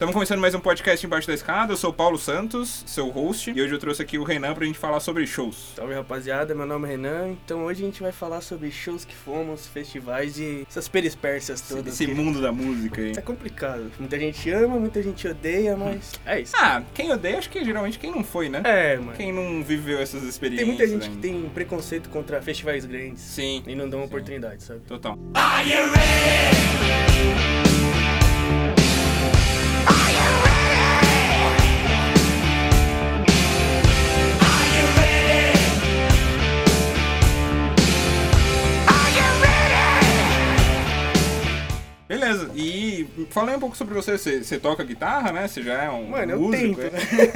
Estamos começando mais um podcast Embaixo da Escada. Eu sou o Paulo Santos, seu host, e hoje eu trouxe aqui o Renan pra gente falar sobre shows. Salve, rapaziada, meu nome é Renan. Então hoje a gente vai falar sobre shows que fomos, festivais e essas perispércias todas. Esse mundo da música aí. É complicado. Muita gente ama, muita gente odeia, mas é isso. Ah, quem odeia, acho que geralmente quem não foi, né? É, mano. Quem não viveu essas experiências. Tem muita gente ainda. que tem preconceito contra festivais grandes. Sim. E não dão oportunidade, sabe? Total. Are you ready? Are you ready? Are you ready? Are you ready? Beleza, e fala aí um pouco sobre você. Você toca guitarra, né? Você já é um Mano, eu músico. tento, né?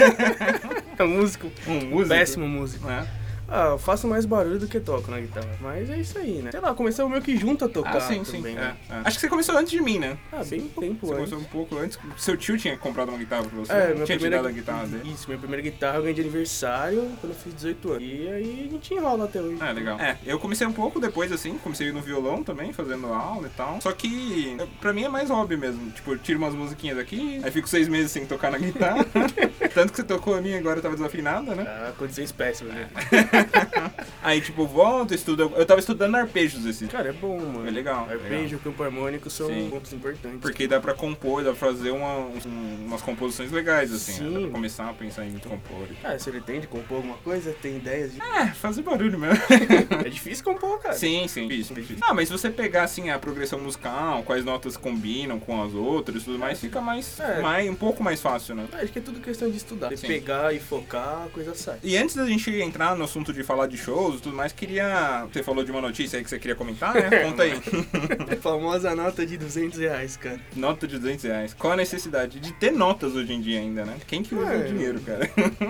É um músico. Um músico. Péssimo músico. É. Ah, eu faço mais barulho do que toco na guitarra. Mas é isso aí, né? Sei lá, começamos meio que junto a tocar Sim. também, É, né? é. Acho que você começou antes de mim, né? Ah, bem tempo Você antes. começou um pouco antes. Seu tio tinha comprado uma guitarra pra você? É, minha tinha te primeira dado a guitarra dele? Isso, minha primeira guitarra eu ganhei de aniversário quando eu fiz 18 anos. E aí a gente enrola até hoje. Ah, legal. É, eu comecei um pouco depois, assim, comecei no violão também, fazendo aula e tal. Só que, pra mim é mais hobby mesmo. Tipo, eu tiro umas musiquinhas aqui, aí fico 6 meses sem tocar na guitarra. Tanto que você tocou a minha agora tava desafinada, né? Ah, condições péssimas, né? Aí, tipo, volto, estudo. Eu tava estudando arpejos esse. Cara, é bom, mano. É legal. Arpejo, campo harmônico são Sim. pontos importantes. Porque dá pra compor, dá pra fazer umas composições legais, assim. Né? Dá Sim. pra começar a pensar em compor. Ah, você pretende compor alguma coisa? Tem ideias de... É, fazer barulho mesmo. É difícil compor, cara. Sim, difícil. Ah, mas se você pegar, assim, a progressão musical, quais notas combinam com as outras e tudo mais, fica um pouco mais fácil, né? Acho que é tudo questão de estudar. Você Sim. pegar e focar, a coisa sai. E antes da gente entrar no assunto de falar de shows e tudo mais, você falou de uma notícia aí que você queria comentar, né? Conta aí. A famosa nota de R$200, cara. Nota de R$200. Qual a necessidade de ter notas hoje em dia ainda, né? Quem que usa o dinheiro, cara?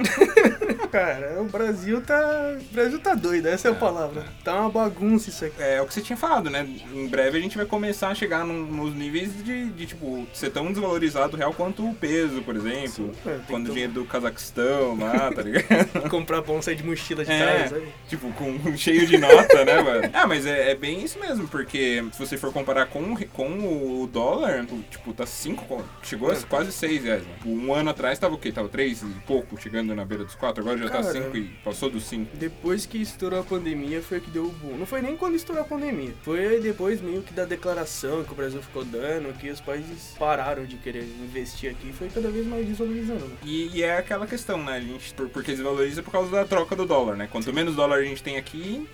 Cara, o Brasil tá doido, essa é a palavra. Tá uma bagunça isso aqui. É o que você tinha falado, né? Em breve a gente vai começar a chegar nos níveis de tipo, ser tão desvalorizado real quanto o peso, por exemplo. Sim, tem quando que o dinheiro do Cazaquistão lá, tá ligado? Comprar pão, sair de mochila de casa, sabe? Tipo, cheio de nota, né, mano? Ah, mas é bem isso mesmo, porque se você for comparar com o dólar, tipo, tá 5, chegou a quase R$6, mano. Um ano atrás tava o quê? Tava 3 e pouco, chegando na beira dos 4, agora já tá Cara, 5 e passou dos 5. Depois que estourou a pandemia foi que deu o boom. Não foi nem quando estourou a pandemia. Foi depois meio que da declaração que o Brasil ficou dando, que os países pararam de querer investir aqui. Foi cada vez mais desvalorizando, né? E é aquela questão, né? A gente, porque desvaloriza por causa da troca do dólar, né? Quanto menos dólar a gente tem aqui,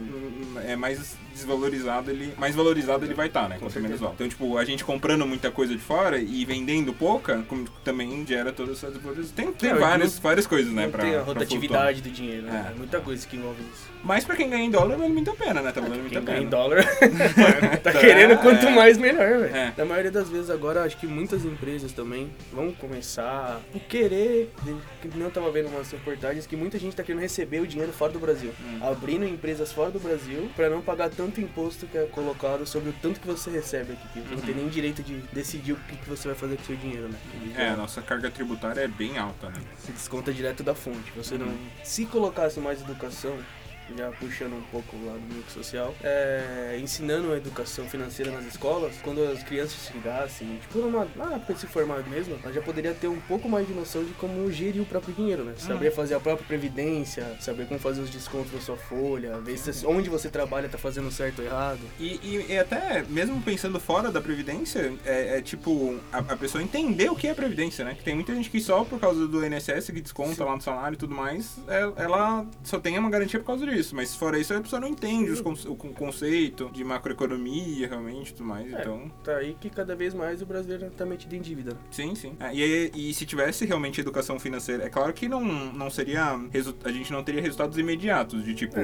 mais desvalorizado mais valorizado ele vai estar, né? Quanto menos dólar. Então, tipo, a gente comprando muita coisa de fora e vendendo pouca, também gera toda essa desvalorização. Tem várias coisas, né? Não tem a pra rotatividade do dinheiro, né? É. Muita coisa que envolve isso. Mas pra quem ganha em dólar, vale muito a pena, né? Tá valendo muito a Quem ganha pena. em dólar tá querendo quanto mais melhor, velho. É. Na maioria das vezes agora, acho que muitas empresas também vão começar a querer, que não tava vendo umas reportagens, que muita gente tá querendo receber o dinheiro fora do Brasil. Abrindo empresas fora do Brasil pra não pagar tanto imposto que é colocado sobre o tanto que você recebe aqui. Que não tem nem direito de decidir o que você vai fazer com o seu dinheiro, né? É, a nossa carga tributária é bem alta, né? Se desconta direto da fonte. Você não... Se colocasse mais educação, já puxando um pouco o lado do micro social, ensinando a educação financeira nas escolas, quando as crianças chegassem, tipo, na época de se formar mesmo, ela já poderia ter um pouco mais de noção de como gerir o próprio dinheiro, né? Saber fazer a própria previdência, saber como fazer os descontos da sua folha, ver onde você trabalha tá fazendo certo ou errado. E até, mesmo pensando fora da Previdência, tipo, a pessoa entender o que é Previdência, né? Que tem muita gente que só por causa do INSS, que desconta lá no salário e tudo mais, ela só tem uma garantia por causa disso. Mas fora isso, a pessoa não entende o conceito de macroeconomia, realmente, e tudo mais, então... Tá aí que cada vez mais o brasileiro tá metido em dívida, né? Sim. E se tivesse realmente educação financeira, é claro que não seria... A gente não teria resultados imediatos, de tipo...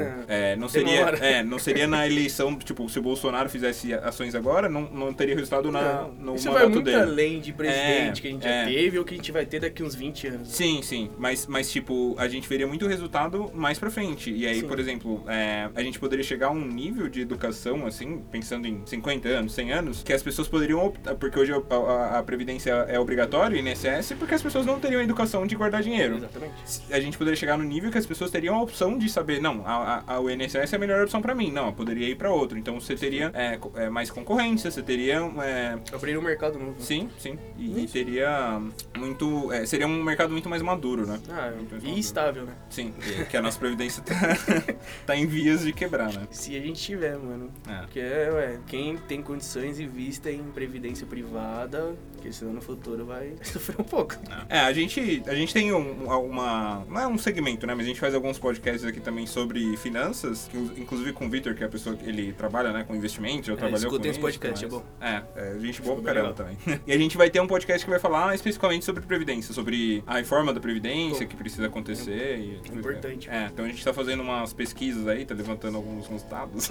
não seria na eleição, tipo, se o Bolsonaro fizesse ações agora, não teria resultado no Isso mandato vai muito dele. além de presidente que a gente já teve ou que a gente vai ter daqui uns 20 anos. Sim. Mas tipo, a gente veria muito resultado mais pra frente. E aí, Sim. por exemplo, a gente poderia chegar a um nível de educação, assim, pensando em 50 anos, 100 anos, que as pessoas poderiam optar, porque hoje a Previdência é obrigatória, o INSS, porque as pessoas não teriam a educação de guardar dinheiro. Exatamente. A gente poderia chegar no nível que as pessoas teriam a opção de saber, não, o INSS é a melhor opção pra mim, não, eu poderia ir pra outro. Então você teria mais concorrência, você teria... Abrir um mercado novo. Sim. E teria muito... seria um mercado muito mais maduro, né? E estável, né? Sim, que a nossa Previdência tá em vias de quebrar, né? Se a gente tiver, mano. Porque, quem tem condições invista em previdência privada, porque senão no futuro vai sofrer um pouco. A gente tem não é um segmento, né? Mas a gente faz alguns podcasts aqui também sobre finanças, inclusive com o Vitor, que é a pessoa que ele trabalha, né, com investimentos, já trabalhou com isso. Escutem os podcasts, é bom. Gente boa pra caramba também. E a gente vai ter um podcast que vai falar especificamente sobre Previdência, sobre a reforma da Previdência que precisa acontecer. É importante. Então a gente tá fazendo umas pesquisas aí, tá levantando alguns dados.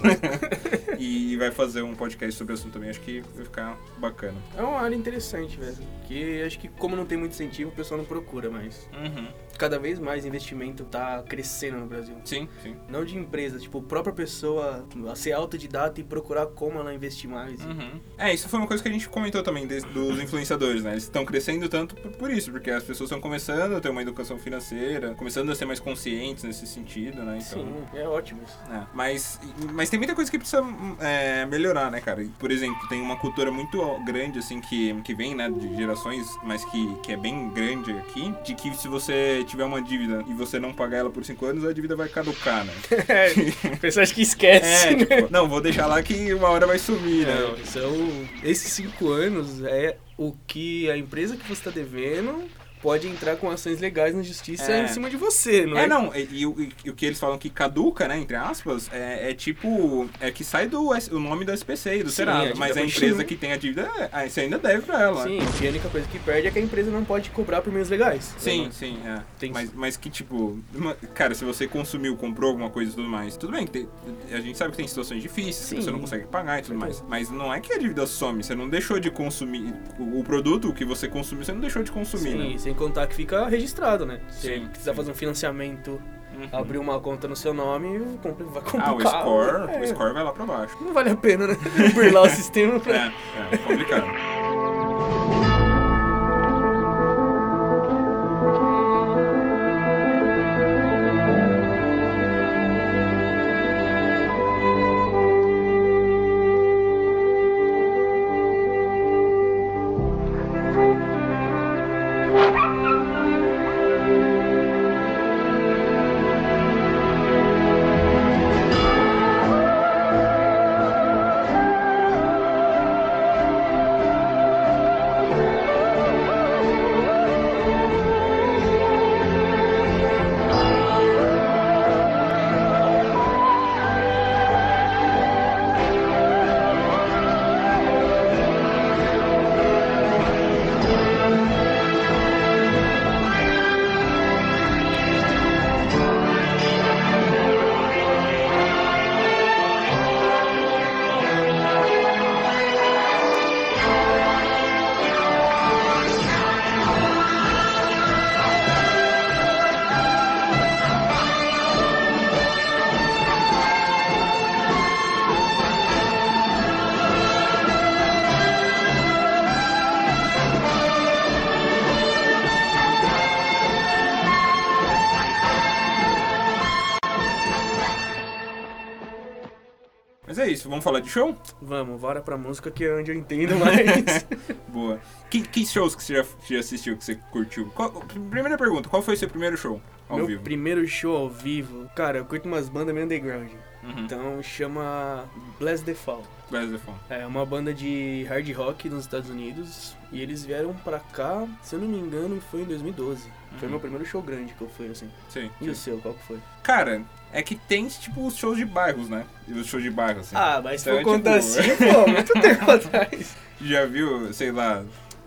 E vai fazer um podcast sobre o assunto também, acho que vai ficar bacana. É uma área interessante, velho. Que acho que como não tem muito incentivo, o pessoal não procura mais. Cada vez mais investimento tá crescendo no Brasil. Sim. Não de empresa, tipo, a própria pessoa ser autodidata e procurar como ela investir mais. Isso foi uma coisa que a gente comentou também dos influenciadores, né? Eles estão crescendo tanto por isso, porque as pessoas estão começando a ter uma educação financeira, começando a ser mais conscientes nesse sentido, né? Então, sim, é ótimo isso. Mas tem muita coisa que precisa melhorar, né, cara? Por exemplo, tem uma cultura muito grande, assim, que vem, né, de gerações, mas que é bem grande aqui, de que se você tiver uma dívida e você não pagar ela por 5 anos, a dívida vai caducar, né? O pessoal acha que esquece. Tipo, não, vou deixar lá que uma hora vai sumir, né? Esses 5 anos é o que a empresa que você está devendo pode entrar com ações legais na justiça em cima de você, não é? E o que eles falam que caduca, né, entre aspas, tipo, que sai o nome do SPC e do Serasa, mas a empresa que tem a dívida, você ainda deve pra ela. Sim, a única coisa que perde é que a empresa não pode cobrar por meios legais. Sim. Mas que, tipo, cara, se você comprou alguma coisa e tudo mais, tudo bem, a gente sabe que tem situações difíceis, que você não consegue pagar e tudo mais, mas não é que a dívida some, você não deixou de consumir o produto que você consumiu, você não deixou de consumir, né? Sem contar que fica registrado, né? Se quiser fazer um financiamento, abrir uma conta no seu nome, vai comprar o carro. O score vai lá pra baixo. Não vale a pena, né? Burlar o sistema. É complicado. Mas é isso, vamos falar de show? Vamos, bora pra música que é onde eu entendo mais. Boa. Que shows que você já assistiu, que você curtiu? Primeira pergunta, qual foi o seu primeiro show ao Meu vivo? primeiro show ao vivo, cara, eu curto umas bandas meio underground. Uhum. Então chama Bless the Fall. Bless the Fall. É uma banda de hard rock nos Estados Unidos. E eles vieram pra cá, se eu não me engano, foi em 2012. Foi meu primeiro show grande que eu fui, assim. Sim. E o seu, qual que foi? Cara, é que tem, tipo, os shows de bairros, né? E os shows de bairros, assim. Ah, mas se Então, for contar assim, pô, muito tempo atrás. Já viu, sei lá,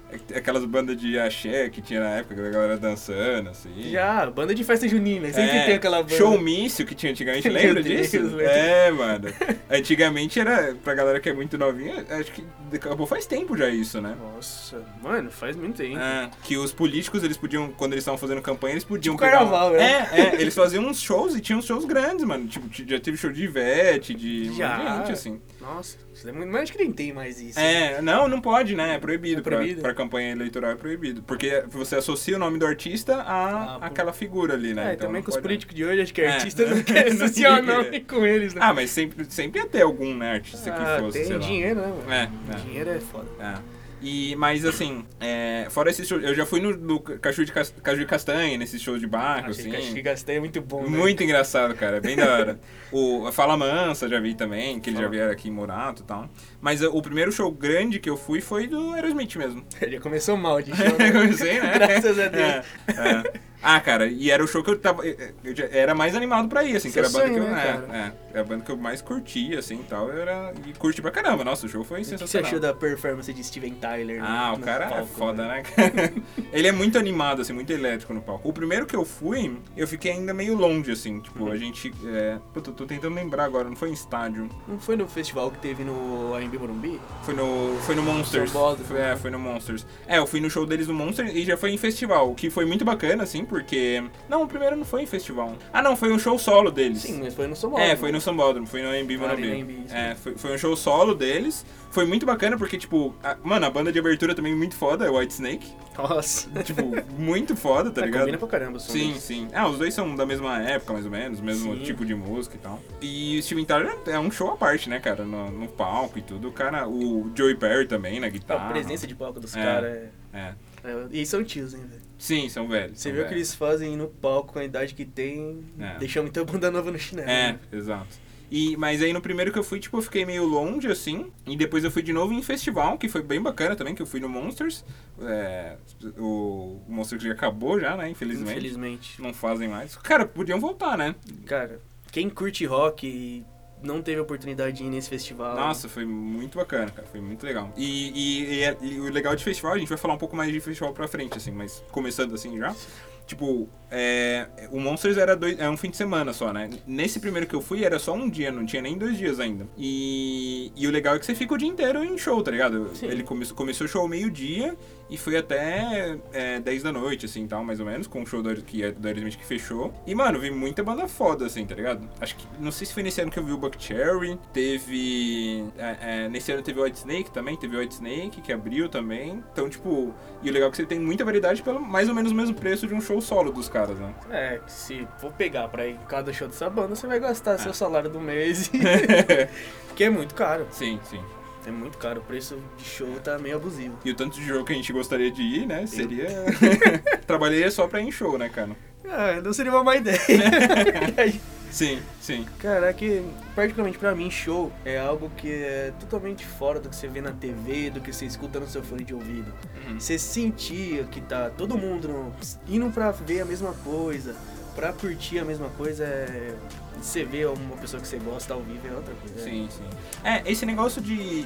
Aquelas bandas de axé que tinha na época, que a galera dançando, assim. Já, banda de festa junina, sempre tem aquela banda. Showmício que tinha antigamente, lembra Meu Deus, disso? lembro. É, mano. Antigamente era, pra galera que é muito novinha, acho que acabou faz tempo já isso, né? Nossa, mano, faz muito tempo. Que os políticos, eles podiam, quando eles estavam fazendo campanha, eles podiam Tipo pegar carnaval, né? eles faziam uns shows e tinham uns shows grandes, mano. Tipo, já teve show de Ivete, de Já. muita gente, assim. Nossa, isso é muito... mas acho que nem tem mais isso. Não pode, né? É proibido. É proibido? Pra campanha eleitoral é proibido. Porque você associa o nome do artista àquela figura ali, né? Então também não com os pode, políticos de hoje, acho que É. artista não quer Não associar o queria. nome com eles, né? mas sempre ia ter algum, né, artista que fosse, sei tem lá. dinheiro, né, mano? É. Dinheiro é foda. Mas assim, fora esses shows, eu já fui no Caju de Castanha, nesses shows de barco, Achei assim. que Castanha é muito bom, né? Muito engraçado, cara, bem da hora. O Fala Mansa já vi também, que eles já Fala. vieram aqui em Morato e tal. Mas o primeiro show grande que eu fui foi do Aerosmith mesmo. Já começou mal de show, né? Comecei, né? Graças a Deus. Cara, e era o show que eu tava. Eu já era mais animado pra ir, assim, que Seu era a banda sonho, que eu. né, É a banda que eu mais curtia, assim e tal. E curti pra caramba. Nossa, o show foi O que você sensacional. achou da performance de Steven Tyler? O no cara é palco, foda, né, cara? Ele é muito animado, assim, muito elétrico no palco. O primeiro que eu fui, eu fiquei ainda meio longe, assim. Tipo, a gente. Tô tentando lembrar agora, não foi em estádio. Não foi no festival que teve no AMB Morumbi? Foi no Monsters. Sambódromo. Foi no Monsters. Eu fui no show deles no Monsters e já foi em festival, o que foi muito bacana, assim, porque... Não, o primeiro não foi em festival. Não, foi um show solo deles. Sim, mas foi no Sambódromo. Foi no Sambódromo, foi no AMB Morumbi. AMB, isso. Foi um show solo deles. Foi muito bacana porque, tipo... Mano, a banda de abertura também muito foda, é White Snake. Nossa. Tipo, muito foda, tá ligado? Combina pra caramba o som Sim, deles. sim. Os dois são da mesma época, mais ou menos, mesmo Sim. tipo de música e tal. E o Steven Tyler é um show à parte, né, cara? No palco e tudo. O cara, o Joey Perry também na guitarra. A presença de palco dos caras E são tios, hein, velho? Sim, são velhos. Você são vê o que velhos. eles fazem no palco com a idade que tem, deixou muita bunda nova no chinelo. né? Exato. Mas aí no primeiro que eu fui, tipo, eu fiquei meio longe, assim. E depois eu fui de novo em festival, que foi bem bacana também, que eu fui no Monsters. O Monsters já acabou já, né, infelizmente. Não fazem mais. Cara, podiam voltar, né? Cara, quem curte rock e não teve a oportunidade de ir nesse festival... Nossa, foi muito bacana, cara. Foi muito legal. E o legal de festival, a gente vai falar um pouco mais de festival pra frente, assim, mas começando assim já. Tipo, o Monsters era um fim de semana só, né? Nesse primeiro que eu fui era só um dia, não tinha nem 2 dias ainda. E o legal é que você fica o dia inteiro em show, tá ligado? Sim. Ele começou o show ao meio-dia e foi até 10 da noite, assim, tal, mais ou menos, com o show do Aerosmith que fechou. E, mano, vi muita banda foda, assim, tá ligado? Acho que, não sei se foi nesse ano que eu vi o Buckcherry, teve... nesse ano teve o White Snake também, teve o White Snake, que abriu também. Então, tipo, e o legal é que você tem muita variedade pelo mais ou menos o mesmo preço de um show solo dos caras, né? Se for pegar pra ir em cada show dessa banda, você vai gastar seu salário do mês. Porque é muito caro. Sim. É muito caro, o preço de show tá meio abusivo. E o tanto de jogo que a gente gostaria de ir, né? Seria... Trabalharia só pra ir em show, né, cara? Não seria uma má ideia. Sim. Cara, é que, particularmente pra mim, show é algo que é totalmente fora do que você vê na TV, do que você escuta no seu fone de ouvido. Você sentia que tá todo mundo indo pra ver a mesma coisa, pra curtir a mesma coisa, você vê uma pessoa que você gosta ao vivo é outra coisa. Sim. Esse negócio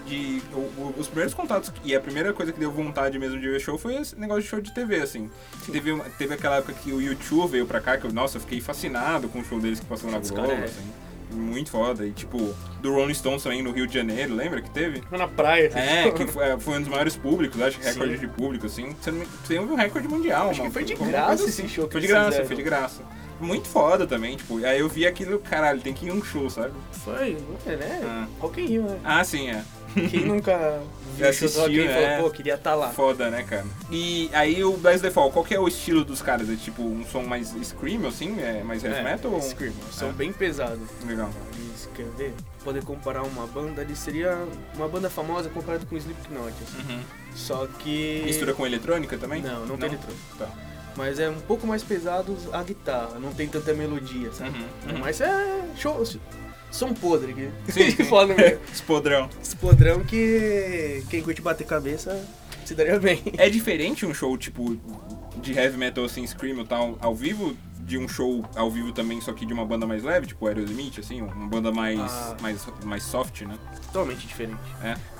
os primeiros contatos e a primeira coisa que deu vontade mesmo de ver show foi esse negócio de show de TV, assim. Teve aquela época que o YouTube veio pra cá, que eu fiquei fascinado com o show deles que passou na Globo, assim. Muito foda. E tipo, do Rolling Stones também no Rio de Janeiro, lembra que teve? Na praia. Que foi um dos maiores públicos, acho que recorde de público, assim. Você um recorde mundial, Acho que foi de alguma graça coisa esse show que Foi de eles graça, fizeram. foi de graça. Muito foda também, tipo, aí eu vi aquilo, caralho, tem que ir um show, sabe? Foi, né? Rock in Rio, né? Sim, Quem nunca viu show do Rock in Rio e falou, queria estar lá. Foda, né, cara? E aí o Blast the Fall, qual que é o estilo dos caras? É tipo um som mais scream, assim? Mais heavy metal? Ou... Scream, som bem pesado. Legal. Eles, quer ver? Poder comparar uma banda, ele seria uma banda famosa comparado com o Slipknot, assim. Só que... Mistura com eletrônica também? Não tem eletrônica. Tá. Mas é um pouco mais pesado a guitarra, não tem tanta melodia, sabe? Mas show, som podre aqui. Sim. Foda mesmo. Espodrão. Esse podrão que quem curte bater cabeça se daria bem. É diferente um show, tipo, de heavy metal, assim, scream e tal, ao vivo, de um show ao vivo também, só que de uma banda mais leve, tipo Aerosmith, assim, uma banda mais soft, né? Totalmente diferente.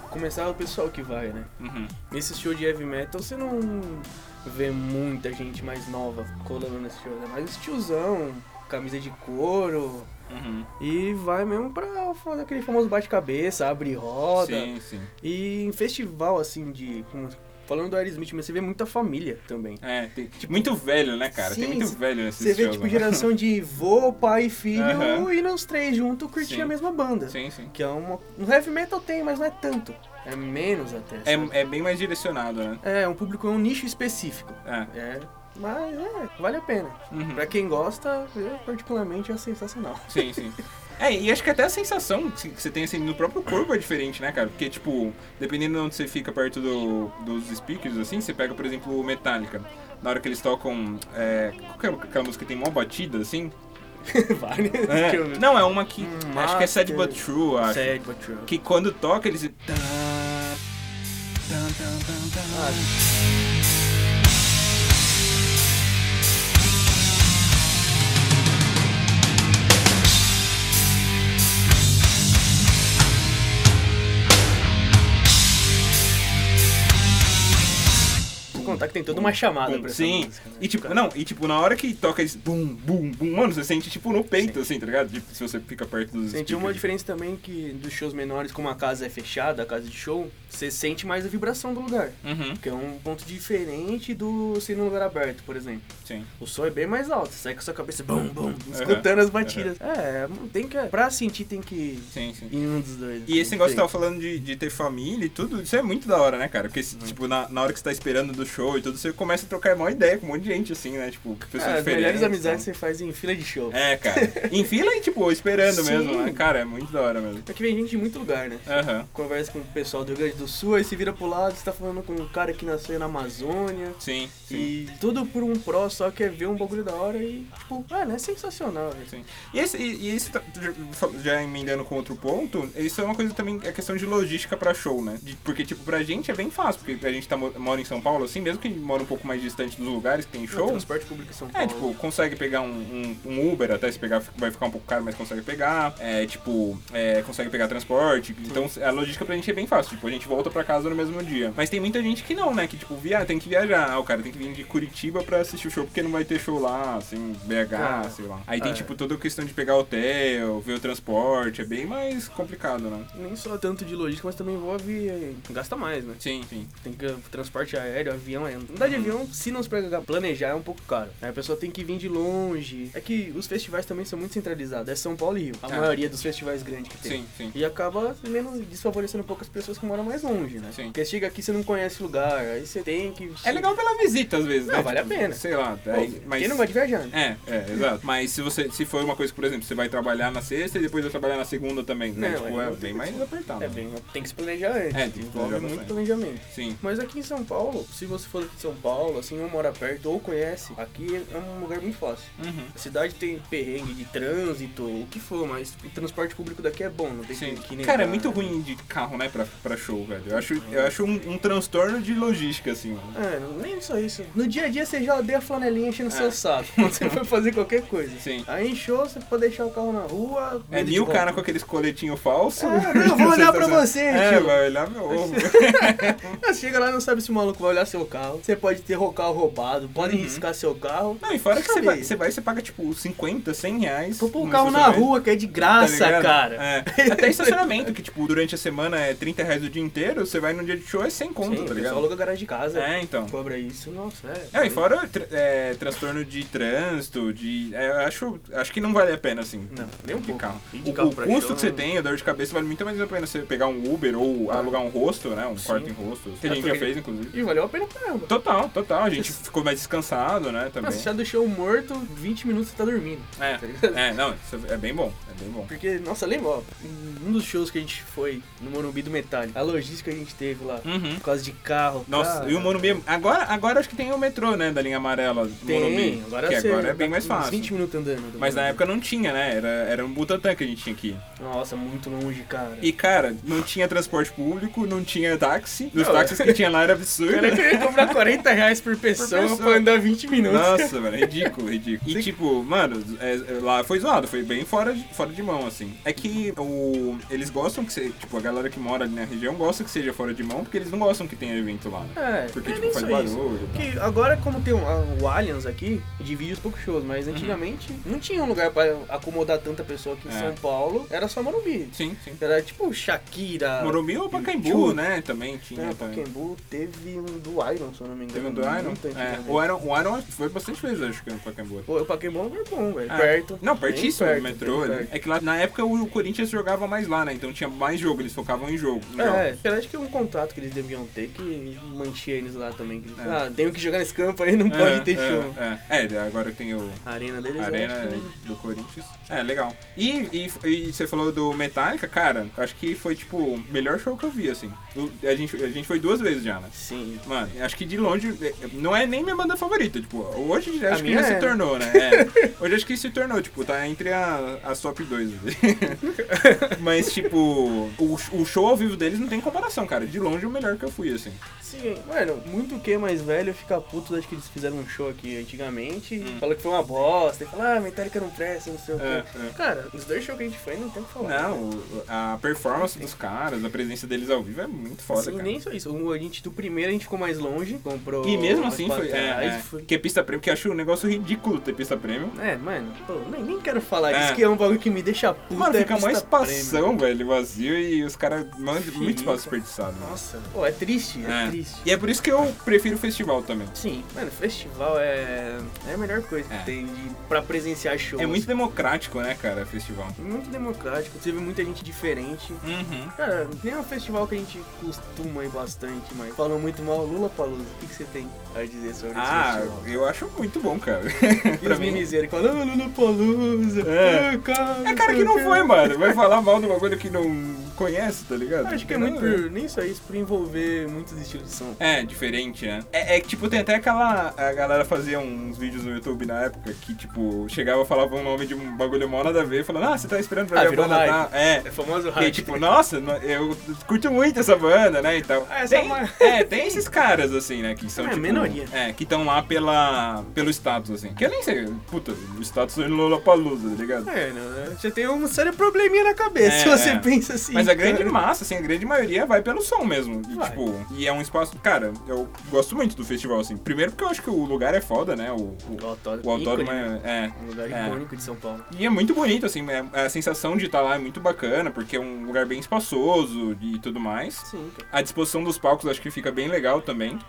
começar o pessoal que vai, né? Uhum. Nesse show de heavy metal você não vê muita gente mais nova colando nesse show, né? Mais tiozão, camisa de couro. Uhum. E vai mesmo pra fazer aquele famoso bate-cabeça, abre roda. Sim. E em festival, assim, falando do Aerosmith, mas você vê muita família também. Tem muito velho, né, cara? Sim, tem muito velho nesse Você vê, shows, tipo, né? geração de vô, pai e filho Aham. e os três juntos curtir Sim. a mesma banda. Sim. Que é no heavy metal tem, mas não é tanto. É menos até. sabe? É bem mais direcionado, né? É um público, é um nicho específico. É. Mas vale a pena. Uhum. Pra quem gosta, eu particularmente é sensacional. Sim. E acho que até a sensação que você tem assim no próprio corpo é diferente, né, cara? Porque, tipo, dependendo de onde você fica perto dos speakers, assim, você pega, por exemplo, o Metallica. Na hora que eles tocam. Qual que é aquela música que tem mó batida, assim? Várias. Deixa eu ver. Não, é uma que. acho que é Sad Master. But True, acho. Sad but true. Que quando toca, eles. Sem contar que tem toda uma chamada pra essa Sim, música, né? e tipo, na hora que toca eles bum, bum, bum, mano, você sente tipo no peito, assim, tá ligado? Tipo, se você fica perto dos Senti uma speakers. diferença também que dos shows menores, como a casa é fechada, a casa de show, você sente mais a vibração do lugar. Uhum, Que é um ponto diferente do ser num lugar aberto, por exemplo. sim. O som é bem mais alto, você sai com a sua cabeça bum, bum, escutando as batidas. Tem que. Pra sentir tem que Sim. ir em um dos dois. E esse negócio que você tava falando de ter família e tudo, isso é muito da hora, né, cara? Porque, tipo, na hora que você tá esperando do show e tudo, você começa a trocar uma ideia com um monte de gente, assim, né? Tipo, pessoas As diferentes. melhores amizades tal. você faz em fila de show. É, cara. Em fila e, tipo, esperando Sim. mesmo, né? Cara, é muito da hora mesmo. É que vem gente de muito lugar, né? Aham. Conversa com o pessoal do Rio Grande do Sul, aí você vira pro lado, você tá falando com um cara que nasceu na Amazônia. Sim. E tudo por um pró, só quer ver um bagulho da hora e, tipo, é sensacional, velho. Sim. E esse já emendando com outro ponto, isso é uma coisa também, é questão de logística pra show, né? Porque, tipo, pra gente é bem fácil, porque a gente mora em São Paulo, assim, mesmo que mora um pouco mais distante dos lugares que tem O show, transporte público em São Paulo. tipo, consegue pegar um Uber, até se pegar vai ficar um pouco caro, mas consegue pegar, consegue pegar transporte, então a logística pra gente é bem fácil, tipo, a gente volta pra casa no mesmo dia. Mas tem muita gente que não, né, que tipo, tem que viajar, o cara tem que vir de Curitiba pra assistir o show, porque não vai ter show lá, assim, BH, sei lá. Aí tem, tipo, toda a questão de pegar hotel, ver o transporte, é bem mais complicado, né? Nem só tanto de logística, mas também envolve. Gasta mais, né? Sim. Tem que transporte aéreo, avião. Andar de avião, se não se planejar, é um pouco caro. Aí a pessoa tem que vir de longe. É que os festivais também são muito centralizados. É São Paulo e Rio. A maioria dos festivais grandes que tem. Sim. E acaba menos desfavorecendo um pouco as pessoas que moram mais longe, né? Sim. Porque chega aqui você não conhece o lugar, aí você tem que. É legal pela visita, às vezes, né? Não, vale a Tipo, pena. Sei lá. Pô, Mas... Quem não gosta de viajar, né? Exato. Mas se for uma coisa, por exemplo, você vai trabalhar na sexta e depois vai trabalhar na segunda também, né? Não, Tipo, aí é não bem mais apertado. Tem que se planejar antes. Tem que envolve planejar muito bastante. planejamento. Sim. Mas aqui em São Paulo, se você for aqui de São Paulo, assim, ou mora perto, ou conhece, aqui é um lugar muito fácil. Uhum. A cidade tem perrengue de trânsito, o que for, mas o transporte público daqui é bom, não tem Sim. que nem. Cara, é muito ruim de carro, né, pra show, velho. Eu acho um transtorno de logística, assim, mano. Nem só isso. No dia a dia você já odeia a flanelinha enchendo seu saco, quando você for fazer qualquer coisa. Sim. Aí em show, você pode deixar o carro na rua. É mil cara com aqueles coletinhos falsos. Eu vou olhar pra você, tio. Vai olhar meu ovo. Você chega lá e não sabe se o maluco vai olhar seu carro. Você pode ter o carro roubado, pode riscar seu carro. Não, e fora que Sabe? você vai, você paga, tipo, 50, 100 reais. Vou pôr o no carro na estacionamento. rua, que é de graça, Tá ligado? cara. É. Até estacionamento, que tipo, durante a semana é 30 reais o dia inteiro, você vai no dia de show é 100 conto, Sim, tá o pessoal ligado? aluga garagem de casa. Então. Cobra isso, nossa, E fora transtorno de trânsito, eu acho que não vale a pena, assim, Não, nem um de pouco. carro. Ir de O carro pra custo show, que você né? tem, a dor de cabeça, vale muito mais a pena você pegar um Uber ou alugar um rosto, né? Um Sim. quarto em rosto. Que a É, gente já porque- fez, inclusive. E valeu a pena pra caramba. Total. A gente ficou mais descansado, né, também. Nossa, você já deixou morto, 20 minutos você tá dormindo. tá ligado? Não, isso é bem bom, Porque, nossa, lembra, ó, um dos shows que a gente foi no Morumbi do Metallica, a logística que a gente teve lá, Uhum. por causa de carro. Nossa, cara, e o Morumbi, agora acho que tem o metrô, né, da linha amarela do Morumbi, tem, agora que você agora é bem dá mais uns fácil. 20 minutos andando. do Mas na Morumbi. época não tinha, né, era um Butantã que a gente tinha aqui. Nossa, muito longe, cara. E, cara, não tinha transporte público, não tinha táxi, os Não, táxis que tinha lá era O absurdo. cara queria comprar R$40 por pessoa pessoa. pra andar 20 minutos. Nossa, velho, ridículo. E tipo, mano, lá foi zoado, foi bem fora de mão, assim. É que eles gostam que seja, tipo, a galera que mora ali na região gosta que seja fora de mão, porque eles não gostam que tenha evento lá, né? Porque, não é tipo, faz nem só isso. barulho. e tal. Que agora, como tem o Allianz aqui, divide os poucos shows, mas antigamente não tinha um lugar pra acomodar tanta pessoa aqui em São Paulo, era só Morumbi. Sim. Era tipo Shakira. Morumbi ou Pacaembu, Tchu. né? Também tinha. também. Pacaembu teve um do Iron, se eu não me engano. Teve um do Iron? muito antigamente. O Iron foi bastante vezes, acho que no Pacaembu. Pô, o Pacaembu é um lugar bom, velho. É. Perto. Não, pertíssimo Bem do perto, metrô. bem ali. perto. É que lá na época o Corinthians jogava mais lá, né? Então tinha mais jogo, eles focavam em jogo. em jogos. Eu acho que é um contrato que eles deviam ter que mantinha eles lá também. Que, tenho que jogar nesse campo aí, não pode ter show. Agora tem o A arena deles Arena eu acho que... do Corinthians. Legal. E você falou do Metallica, cara, acho que foi, tipo, o melhor show que eu vi, assim. A gente foi 2 vezes já, né? Sim. Mano, acho que de longe, não é nem minha banda favorita, tipo, hoje acho que minha já se é. tornou, né? Hoje acho que se tornou, tipo, tá entre as top 2. Mas, tipo, o show ao vivo deles não tem comparação, cara. De longe o melhor que eu fui, assim. Sim, mano, muito que mais velho fica puto acho que eles fizeram um show aqui antigamente, fala que foi uma bosta, e fala, Metallica não presta, não sei o quê. Cara, os 2 shows que a gente foi não tem o que falar. Não, a performance dos caras, a presença deles ao vivo é muito foda, Sim, cara. nem só isso. A gente, do primeiro a gente ficou mais longe, comprou. E mesmo umas assim plateais, foi. Que é pista premium, que eu acho um negócio ridículo ter pista premium. Mano, pô, nem quero falar disso, que é um bagulho que me deixa puto. Mano, fica pista mó espação, premium. velho, vazio e os caras mandam muito espaço desperdiçado. Mano. Nossa, pô, é triste. E é por isso que eu prefiro o festival também. Sim, mano, festival é a melhor coisa que tem pra presenciar shows. É muito democrático, né, cara, festival. Muito democrático, teve muita gente diferente. Cara, nem é um festival que a gente costuma ir bastante, mas falam muito mal Lollapalooza. O que você tem a dizer sobre esse festival? Eu acho muito bom, cara. E Pra os mim. mimizeiros que falam, Lollapalooza. Cara que não foi, mano. Vai falar mal do bagulho que não conhece, tá ligado? Acho que é muito por, nem só isso, por envolver muitos estilos de som. Diferente, né? Tipo, tem até a galera fazia uns vídeos no YouTube na época que, tipo, chegava e falava o nome de um bagulho mó nada a ver, falando, você tá esperando pra ver a virou banda, hype. tá? É famoso hype. E tipo, nossa, eu curto muito essa banda, né, e tal. Tem esses caras, assim, né, que são, tipo... minoria. Que estão lá pelo status, assim. Que eu nem sei, puta, o status é no Lollapalooza, tá ligado? Você tem um sério probleminha na cabeça se você pensa assim. Mas a grande massa, assim, a grande maioria vai pelo som mesmo. E, Vai. tipo, e é um espaço... Cara, eu gosto muito do festival, assim. Primeiro porque eu acho que o lugar é foda, né? O autódromo Um lugar icônico de São Paulo. E é muito bonito, assim, a sensação de estar lá é muito bacana, porque é um lugar bem espaçoso e tudo mais. Sim, cara. A disposição dos palcos acho que fica bem legal também.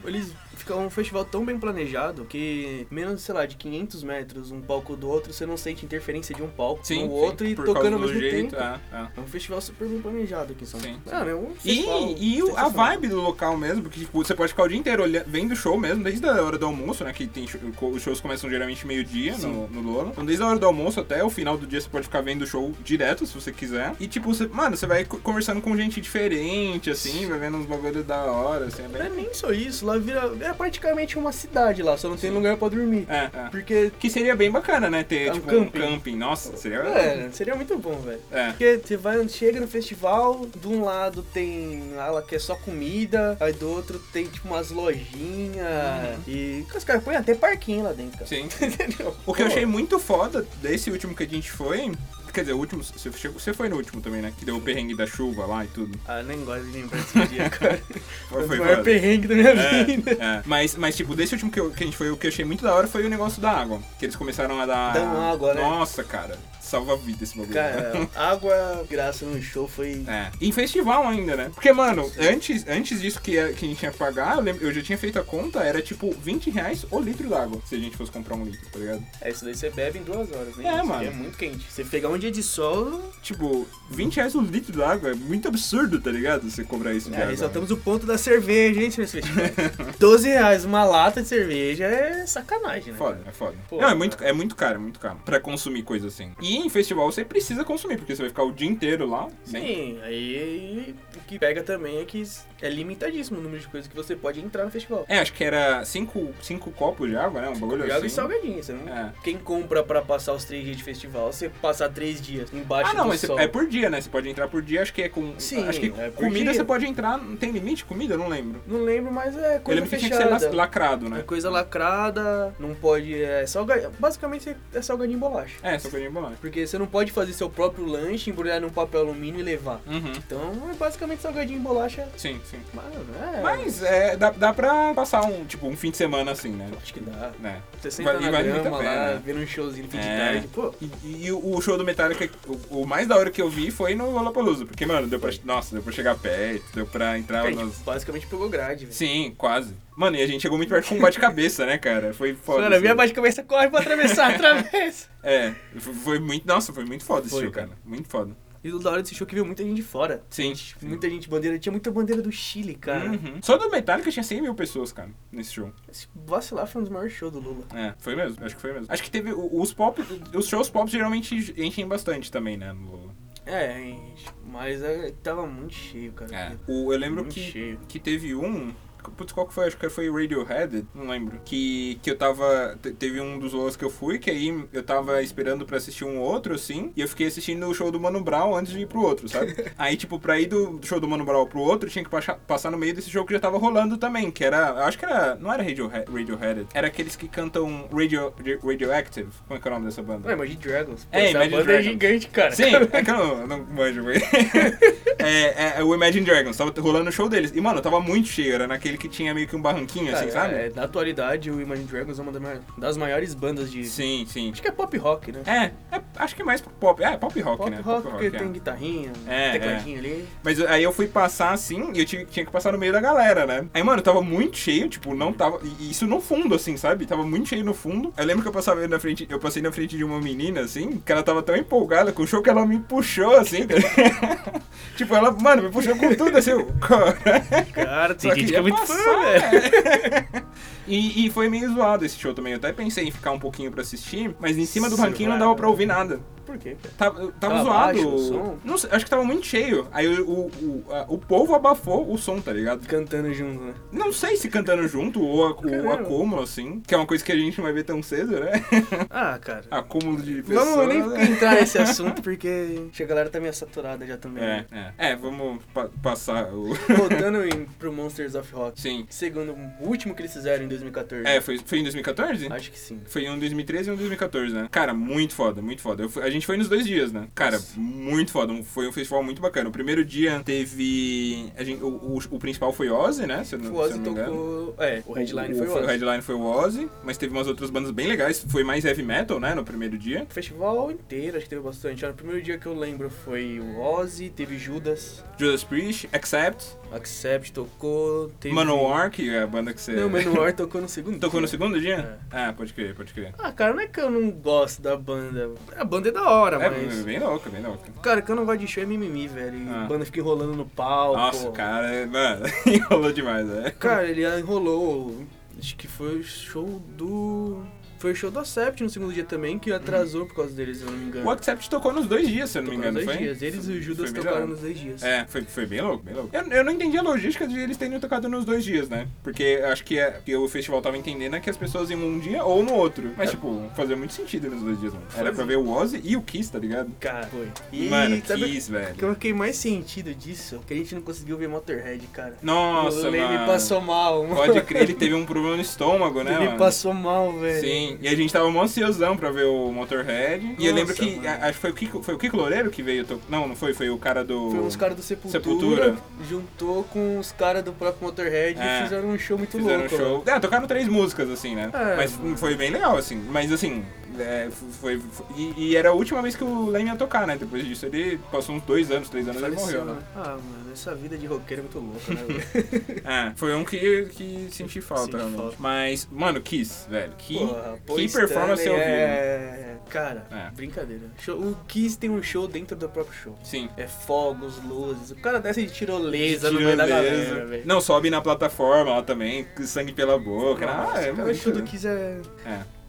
Fica um festival tão bem planejado que menos, sei lá, de 500 metros um palco do outro, você não sente interferência de um palco no outro e por tocando ao causa do mesmo jeito, tempo. É um festival super bem planejado aqui em São Paulo. É um festival A vibe do local mesmo, porque tipo, você pode ficar o dia inteiro vendo o show mesmo, desde a hora do almoço, né? Que tem os shows começam geralmente meio-dia no Lola. Então desde a hora do almoço até o final do dia você pode ficar vendo o show direto, se você quiser. E tipo, você vai conversando com gente diferente, assim, vai vendo uns bagulhos da hora, assim, Não é nem só isso, lá é praticamente uma cidade lá, só não tem lugar pra dormir. Porque... Que seria bem bacana, né? Ter, um tipo, camping. um camping. Nossa, seria... seria muito bom, velho. Porque você chega no festival, de um lado tem ala que é só comida, aí do outro tem, tipo, umas lojinhas, e os caras põem até parquinho lá dentro, cara. Sim. Entendeu? O que eu achei muito foda desse último que a gente foi... Quer dizer, o último... Você foi no último também, né? Que deu o perrengue da chuva lá e tudo. Nem gosto de lembrar desse dia, cara. Foi o maior perrengue da minha vida. Mas, tipo, desse último que a gente foi, o que eu achei muito da hora foi o negócio da água. Que eles começaram a dar... Dando água, né? Nossa, cara. Salva a vida esse bagulho. Cara, água graça no show foi... E em festival ainda, né? Porque, mano, antes disso que a gente ia pagar, eu já tinha feito a conta, era tipo R$20 o litro d'água, se a gente fosse comprar um litro, tá ligado? Isso daí você bebe em 2 horas, né? Mano. É muito quente. Você pegar um dia de sol... Tipo, R$20 o litro d'água é muito absurdo, tá ligado? Você comprar isso de água. Ressaltamos o ponto da cerveja, hein, senhores festivais. R$12 uma lata de cerveja é sacanagem, né? É foda. Pô, Não, é muito caro pra consumir coisa assim. E em festival você precisa consumir, porque você vai ficar o dia inteiro lá. Sim, aí o que pega também é que É limitadíssimo o número de coisas que você pode entrar no festival. Acho que era 5 copos de água, né? Um bagulho Água assim. e salgadinho, você não... É. Quem compra pra passar os 3 dias de festival, você passar 3 dias embaixo Não, do mas sol. é por dia, né? Você pode entrar por dia, acho que é com... Sim, acho que é por comida dia. você pode entrar, não tem limite de comida? Eu não lembro. Não lembro, mas é Eu coisa lembro que fechada. tinha que ser lacrado, É né? coisa lacrada, não pode... Basicamente é salgadinho e bolacha. É, só coisa de bolacha. Porque você não pode fazer seu próprio lanche, embrulhar num papel alumínio e levar. Uhum. Então é basicamente salgadinho e bolacha. Sim, sim. Mas Dá pra passar um fim de semana assim, né? acho que dá. Né? Você senta na vale muito a grama pena, lá, né? vendo um showzinho no fim de É. tarde. Pô, E o show do Metallica, o mais da hora que eu vi foi no Lollapalooza. Porque, mano, deu pra chegar perto, deu pra entrar a gente nos... basicamente pegou grade, velho. Sim, quase. Mano, e a gente chegou muito perto com um bate-cabeça, né, cara? Foi foda. Mano, a assim. minha bate-cabeça corre pra atravessar através. É, foi muito... Nossa, foi muito foda esse Foi, show, cara. Muito foda. E o da hora desse show que veio muita gente de fora. Sim. Muita gente bandeira. Tinha muita bandeira do Chile, cara. Uhum. Só do Metallica tinha 100 mil pessoas, cara, nesse show. Esse vacilar foi um dos maiores shows do Lula. É, foi mesmo, acho que foi mesmo. Acho que teve os shows pop geralmente enchem bastante também, né, no Lola. É, gente. Mas tava muito cheio, cara. É. Eu lembro Muito cheio. que teve um... Putz, qual que foi? Acho que foi Radiohead, não lembro. Que eu tava... Teve um dos Lolas que eu fui, que aí eu tava esperando pra assistir um outro, assim, e eu fiquei assistindo o show do Mano Brown antes de ir pro outro, sabe? Aí, tipo, pra ir do show do Mano Brown pro outro, tinha que passar no meio desse show que já tava rolando também, que era... Eu acho que era... Não era Radiohead, era aqueles que cantam Radioactive. Como é que é o nome dessa banda? Não, Imagine Dragons. Pô, É, essa Imagine banda Dragons. é gigante, cara. Sim, é que eu não manjo, velho. É o Imagine Dragons, tava rolando o show deles. E, mano, tava muito cheio, era naquele que tinha meio que um barranquinho, assim, Cara, sabe? na atualidade, o Imagine Dragons é uma das maiores bandas de... Sim, sim. Acho que é pop rock, né? Acho que é mais pop. É, pop rock, Pop né? rock, Pop porque rock, tem é. guitarrinha, É, tecladinho ali. Mas aí eu fui passar assim e eu tinha que passar no meio da galera, né? Aí, mano, tava muito cheio, tipo, não tava. E isso no fundo, assim, sabe? Tava muito cheio no fundo. Eu lembro que eu passei na frente de uma menina, assim, que ela tava tão empolgada com o show que ela me puxou, assim. Tipo, ela, mano, me puxou com tudo, assim, Cara, tem Só gente que queria é muito fã, passar, velho. E foi meio zoado esse show também. Eu até pensei em ficar um pouquinho pra assistir, mas em cima do Sim, banquinho não cara. dava pra ouvir nada. Por quê, cara? Tava Tava zoado. baixo o som? Não sei, acho que tava muito cheio. Aí o povo abafou o som, tá ligado? Cantando junto, né? Não sei se cantando junto ou Caramba. acúmulo, assim. Que é uma coisa que a gente não vai ver tão cedo, né? Ah, cara. Acúmulo de pessoas. Vamos nem né? entrar nesse assunto, porque a galera tá meio saturada já também. né? Vamos passar o... Voltando pro Monsters of Rock. Sim. Segundo o último que eles fizeram em 2014. Foi em 2014? Acho que sim. Foi um em 2013 e um em 2014, né? Cara, muito foda, muito foda. A gente foi nos 2 dias, né? Cara, muito foda. Foi um festival muito bacana. O primeiro dia teve... O principal foi Ozzy, né? Se eu não, O Ozzy se eu não me engano. tocou... o headline foi o O Ozzy. headline foi o Ozzy, mas teve umas outras bandas bem legais. Foi mais heavy metal, né? No primeiro dia. O festival inteiro, acho que teve bastante. No primeiro dia que eu lembro foi o Ozzy, teve Judas, Judas Priest, Accept, Accept tocou, teve... Manowar, que é a banda que você... Não, Manowar tocou no segundo Tocou dia. no segundo dia? Ah, pode crer, pode crer. Ah, cara, não é que eu não gosto da banda. A banda é da hora, É mas... bem louca, bem louca. Cara, que eu não gosto de show é mimimi, velho. E Ah. a banda fica enrolando no palco. Nossa, cara, mano, enrolou demais, né? Cara, ele enrolou. Acho que foi o show do... Foi o show do Accept no segundo dia também, que atrasou por causa deles, se eu não me engano. O Accept tocou nos 2 dias, se eu não me Tocou engano, nos 2 foi? dias. Eles e o Judas Foi bem tocaram legal. nos 2 dias. É, foi bem louco, bem louco. Eu não entendi a logística de eles terem tocado nos 2 dias, né? Porque acho que o festival tava entendendo que as pessoas iam um dia ou no outro. Mas, tipo, fazia muito sentido nos 2 dias, mano. Era pra ver o Ozzy e o Kiss, tá ligado? Cara, foi. E Mano, sabe Kiss, o velho. que eu fiquei mais sentido disso? Que a gente não conseguiu ver Motorhead, cara. Nossa, o Leme mano. passou mal, mano. Pode crer, ele teve um problema no estômago, né, Ele mano? passou mal, velho. Sim, e a gente tava mó ansiosão pra ver o Motorhead. E eu lembro Nossa, que, mano. acho que foi o Kiko Loureiro que veio... Não foi, foi o cara do... Foi uns caras do Sepultura. juntou com os caras do próprio Motorhead É. e fizeram um show muito Fizeram louco. um show. né? Tocaram 3 músicas, assim, né? É, Mas mano. foi bem legal, assim. Mas, assim, e era a última vez que o Leme ia tocar, né? Depois disso, ele passou uns 2 anos, 3 anos, ele morreu, né? Ah, mano, essa vida de roqueiro é muito louca, né, velho? É, foi um que senti falta, Senti realmente. falta. Mas, mano, Kiss, velho. Porra, Paul Que performance eu Stanley vi. é... Cara, É. brincadeira. O Kiss tem um show dentro do próprio show. Sim. É fogos, luzes. O cara desce de tirolesa no meio da galera, velho. Não, sobe na plataforma lá também, com sangue pela boca. Nossa, é cara, o muito... show do Kiss é... É.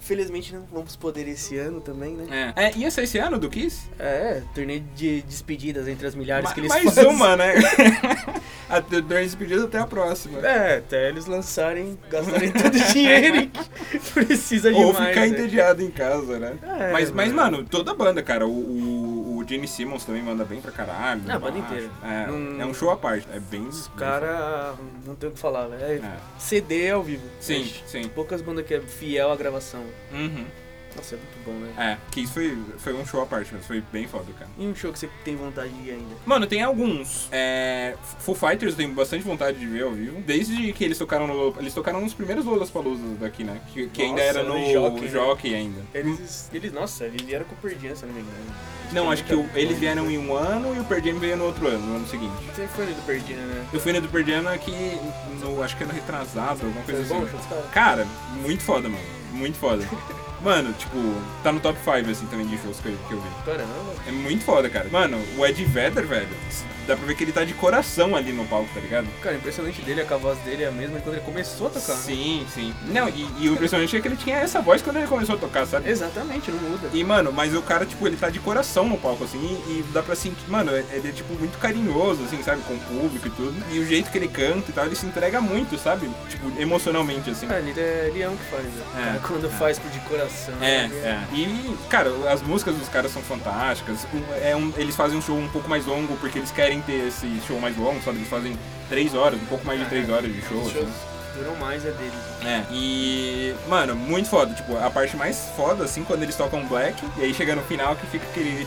Felizmente não vamos poder esse ano também, né? Ia ser esse ano do Kiss? Torneio de despedidas entre as milhares que eles Mais fazem. uma, né? Até despedidas até a próxima. Até eles lançarem, gastarem todo o dinheiro que precisa Ou demais. ficar né? entediado em casa, né? Mas, mano. mano, toda a banda, cara. O Gene Simmons também manda bem pra caralho. A banda inteira. É um show à parte. É bem... Os caras, não tem o que falar, velho. CD ao vivo. Sim, sim. Poucas bandas que é fiel à gravação. Uhum. Nossa, é muito bom, né? Kiss foi um show à parte, mas foi bem foda, cara. E um show que você tem vontade de ir ainda? Mano, tem alguns. Foo Fighters eu tenho bastante vontade de ver ao vivo. Desde que eles tocaram nos primeiros Lollapaloozas daqui, né? Que ainda era no Jockey ainda. Eles vieram com o Pearl Jam, se eu não me engano. Não, acho que eles vieram em um ano e o Pearl Jam veio no outro ano, no ano seguinte. Você foi no do Pearl Jam, né? Eu fui no do Pearl Jam aqui, acho que era retrasado, alguma coisa Foi assim. bom, show dos caras? Cara, muito foda, mano. Muito foda. Mano, tipo, tá no top 5, assim, também de shows que eu vi. Caramba. É muito foda, cara. Mano, o Ed Vedder, velho, dá pra ver que ele tá de coração ali no palco, tá ligado? Cara, impressionante dele, a voz dele é a mesma quando ele começou a tocar. Sim, sim. Não, e o impressionante é que ele tinha essa voz quando ele começou a tocar, sabe? Exatamente, não muda. E, mano, mas o cara, tipo, ele tá de coração no palco, assim, e dá pra sentir, mano, ele é, tipo, muito carinhoso, assim, sabe, com o público e tudo. E o jeito que ele canta e tal, ele se entrega muito, sabe? Tipo, emocionalmente, assim. Ele é um que faz, né? Cara, quando faz de coração. E, cara, as músicas dos caras são fantásticas. Eles fazem um show um pouco mais longo porque eles querem ter esse show mais longo, sabe? Eles fazem 3 horas, um pouco mais de 3 horas de show. Os shows assim. duram mais deles. E, mano, muito foda. Tipo, a parte mais foda, assim, quando eles tocam Black, e aí chega no final que fica aquele...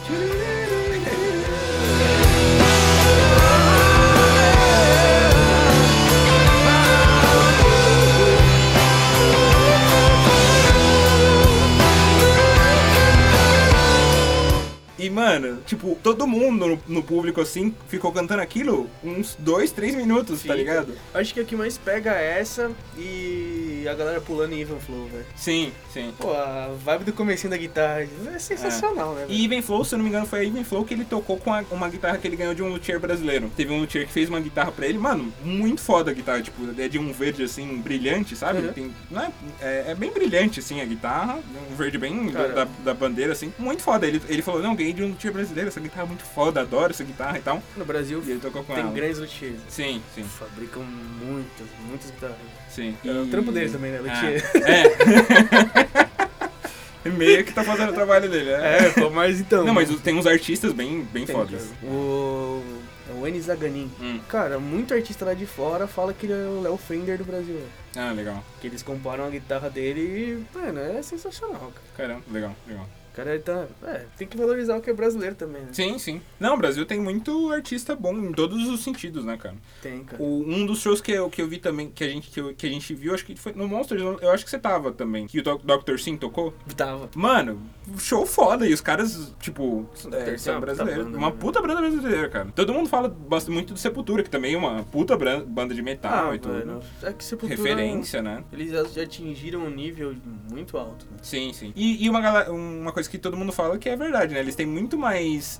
E, mano, tipo, todo mundo no público, assim, ficou cantando aquilo uns 2, 3 minutos, tá ligado? Acho que a que mais pega é essa e a galera pulando em Even Flow, velho. Sim, sim. Pô, a vibe do comecinho da guitarra é sensacional, né? E Even Flow, se eu não me engano, foi a Even Flow que ele tocou com uma guitarra que ele ganhou de um luthier brasileiro. Teve um luthier que fez uma guitarra pra ele, mano, muito foda a guitarra, tipo, é de um verde, assim, brilhante, sabe? É bem brilhante, assim, a guitarra, um verde bem da bandeira, assim, muito foda. Ele falou, não, ganhei de um luthier brasileiro, essa guitarra é muito foda, adoro essa guitarra e tal. No Brasil E ele tocou com tem ela. grandes luthiers. Sim, sim. Fabricam muitas guitarras. Sim. É o trampo deles também, né? Luthier. Meio que tá fazendo o trabalho dele, Pô, mas então... Não, mas tem uns artistas bem fodas. O Enis Zaganin. Cara, muito artista lá de fora fala que ele é o Léo Fender do Brasil. Ah, legal. Que eles comparam a guitarra dele e, mano, é sensacional, cara. Caramba, legal. O cara tá... tem que valorizar o que é brasileiro também, né? Sim, sim. Não, o Brasil tem muito artista bom em todos os sentidos, né, cara? Tem, cara. Um dos shows que eu vi também, que a gente viu, acho que foi no Monsters, eu acho que você tava também, que o Dr. Sim tocou. Tava. Mano, show foda, e os caras, tipo, são uma brasileiros. puta banda, Uma né? puta banda brasileira, cara. Todo mundo fala muito do Sepultura, que também é uma puta banda de metal e tudo. Mano, é que Sepultura... Referência, né? Eles já atingiram um nível muito alto, né? Sim, sim. E uma coisa que todo mundo fala que é verdade, né? Eles têm muito mais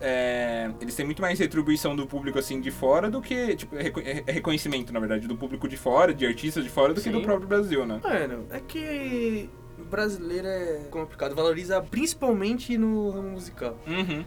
retribuição do público, assim, de fora do que, tipo, reconhecimento, na verdade, do público de fora, de artistas de fora, do que do próprio Brasil, né? Mano, é que brasileiro é complicado, valoriza principalmente no ramo musical.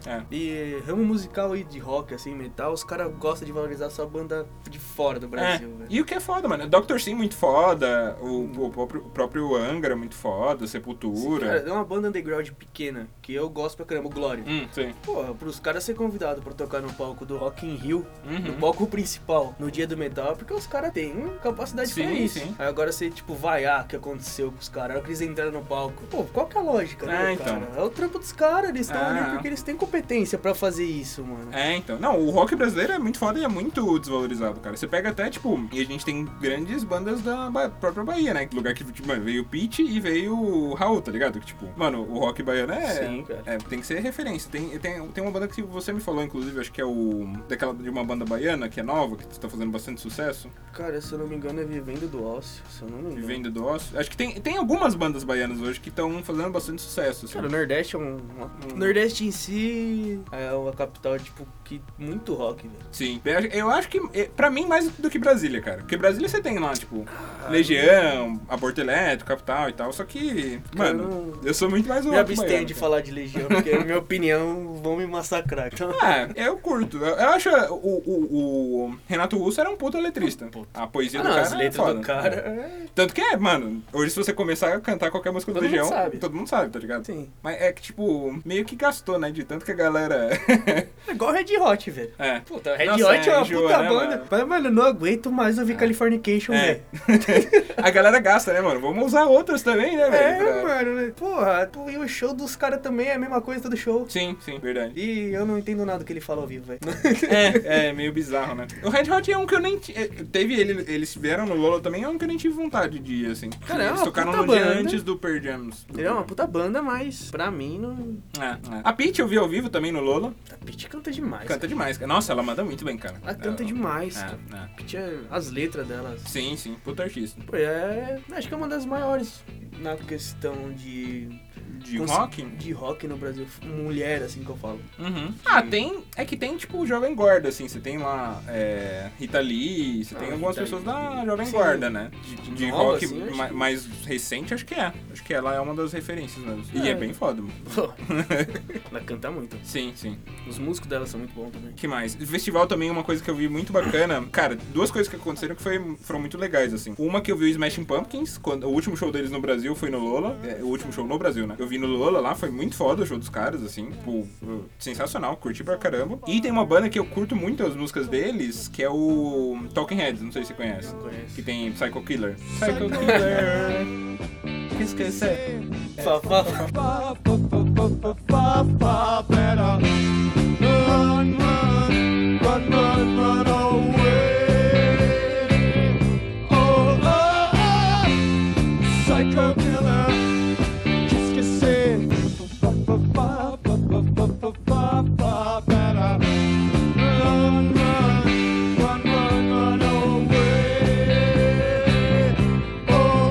E ramo musical e de rock, assim, metal, os caras gostam de valorizar só a banda de fora do Brasil, velho. E o que é foda, mano? Dr. Sim muito foda, o próprio Angra muito foda, Sepultura. Sim, cara, é uma banda underground pequena, que eu gosto pra caramba, o Glória. Sim. Porra, pros caras ser convidados pra tocar no palco do Rock in Rio, no palco principal, no dia do metal, é porque os caras têm capacidade pra isso. Sim. Aí agora você, tipo, vaiar o que aconteceu com os caras, a hora que eles entraram no palco. Pô, qual que é a lógica, né, então. cara? É o trampo dos caras, eles estão ali porque eles têm competência pra fazer isso, mano. Então. Não, o rock brasileiro é muito foda e é muito desvalorizado, cara. Você pega até, tipo, e a gente tem grandes bandas da própria Bahia, né? Lugar que, tipo, mano, veio o Pitty e veio o Raul, tá ligado? Que, tipo, mano, o rock baiano Sim, cara. tem que ser referência. Tem uma banda que você me falou, inclusive, acho que é de uma banda baiana, que é nova, que tá fazendo bastante sucesso. Cara, se eu não me engano, é Vivendo do Ócio, se eu não me engano. Vivendo do Ócio. Acho que tem algumas bandas baianas hoje que estão fazendo bastante sucesso, assim. Cara, o Nordeste é O Nordeste em si é uma capital, tipo, que muito rock, velho. Sim, eu acho que, pra mim, mais do que Brasília, cara. Porque Brasília você tem lá, tipo, Legião, Aborto Elétrico, Capital e tal, só que, Cara, mano, eu sou muito mais um Me rock abstenho baiano, de cara. falar de Legião, porque, na minha opinião, vão me massacrar. Então... Eu curto. Eu acho o Renato Russo era um puta letrista. A poesia do cara as é letras foda. do cara... Tanto que mano, hoje se você começar a cantar qualquer música do Todo mundo Legião, sabe. todo mundo sabe, tá ligado? Sim. Mas é que, tipo, meio que gastou, né? De tanto que a galera... É igual Red Hot, velho. É. Puta, Red Nossa, Hot é uma enjoa, puta né, banda. Mas, mano, eu não aguento mais ouvir Californication, É. velho. A galera gasta, né, mano? Vamos usar outras também, né, velho? Mano, né? Porra, e o show dos caras também é a mesma coisa do show. Sim, verdade. E eu não entendo nada que ele fala ao vivo, velho. É meio bizarro, né? O Red Hot é um que eu nem... Eles vieram no Lola também, é um que eu nem tive vontade de ir, assim. Cara, é Eles uma tocaram puta no dia banda. antes do Pearl Jams. Ele é uma puta banda, mas pra mim não... A Pitty eu vi ao vivo também no Lola. A Pitty canta demais. Canta demais. Nossa, ela manda muito bem, cara. Ela canta demais. É, cara. é. A Pitty as letras delas... Sim, puta artista. Pô, acho que é uma das maiores na questão de rock? De rock no Brasil. Mulher, assim que eu falo. Uhum. Tem tipo Jovem Guarda, assim. Você tem lá Rita Lee, você tem algumas Rita pessoas Lee. da Jovem Sim. Guarda, né? De nova, rock assim, acho que- mais recente, acho que é. Acho que ela é uma das referências mesmo. E é bem foda, mano. Pô, ela canta muito. Sim. Os músicos dela são muito bons também. Que mais? O festival também é uma coisa que eu vi muito bacana. Cara, duas coisas que aconteceram que foram muito legais, assim. Uma que eu vi o Smashing Pumpkins, quando o último show deles no Brasil foi no Lola. O último show no Brasil, né? Eu vi no Lola lá, foi muito foda o show dos caras, assim. Tipo, sensacional, curti pra caramba. E tem uma banda que eu curto muito as músicas deles, que é o Talking Heads, não sei se você conhece. Não conheço. Que tem Psycho Killer. Psycho Killer. Que esquecer. Fafá. Psycho killer, qu'est-ce que c'est? Better run away. Oh,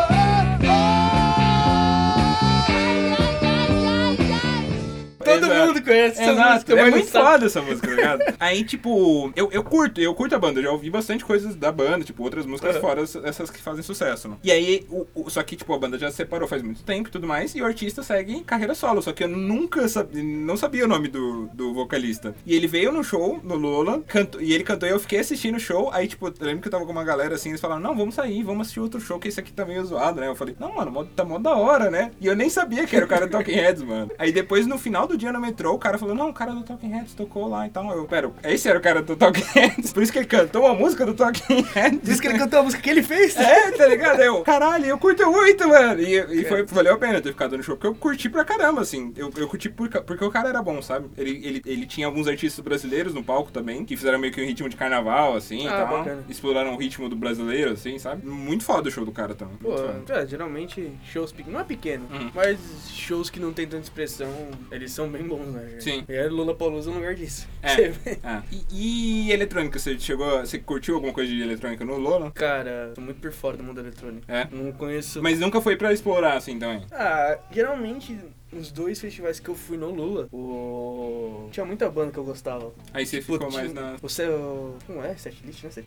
Todo mundo conhece essa Exato, música, é mas não muito sabe. foda essa música, tá ligado? Aí, tipo, eu curto a banda, eu já ouvi bastante coisas da banda, tipo, outras músicas fora essas que fazem sucesso, né? E aí, só que, tipo, a banda já se separou faz muito tempo e tudo mais, e o artista segue carreira solo, só que eu nunca não sabia o nome do vocalista. E ele veio no show, no Lola, e ele cantou, e eu fiquei assistindo o show, aí, tipo, eu lembro que eu tava com uma galera assim, eles falaram, não, vamos sair, vamos assistir outro show, que esse aqui tá meio zoado, né? Eu falei, não, mano, tá mó da hora, né? E eu nem sabia que era o cara do Talking Heads, mano. Aí depois, no final do dia no metrô, o cara falou, não, o cara do Talking Heads tocou lá e tal. Eu, pera, esse era o cara do Talking Heads? Por isso que ele cantou a música do Talking Heads? Diz que ele cantou a música que ele fez. Tá ligado? Eu, caralho, eu curto muito, mano. E valeu a pena ter ficado no show, porque eu curti pra caramba, assim. Eu curti porque o cara era bom, sabe? Ele tinha alguns artistas brasileiros no palco também, que fizeram meio que um ritmo de carnaval, assim, e tal. Bacana. Exploraram o ritmo do brasileiro, assim, sabe? Muito foda o show do cara também. Pô, Muito foda. geralmente shows pequenos, não é pequeno, Uhum. mas shows que não tem tanta expressão, eles são bem bons, né? Sim. E aí Lollapalooza é um lugar disso. É. Você vê. E eletrônica, você curtiu alguma coisa de eletrônica no Lola? Cara, tô muito por fora do mundo eletrônico. É? Não conheço. Mas nunca foi pra explorar, assim, também? Geralmente, os dois festivais que eu fui no Lula, tinha muita banda que eu gostava. Aí você Tipo, ficou mais tinha- na... O seu... Como é? Setlist, né?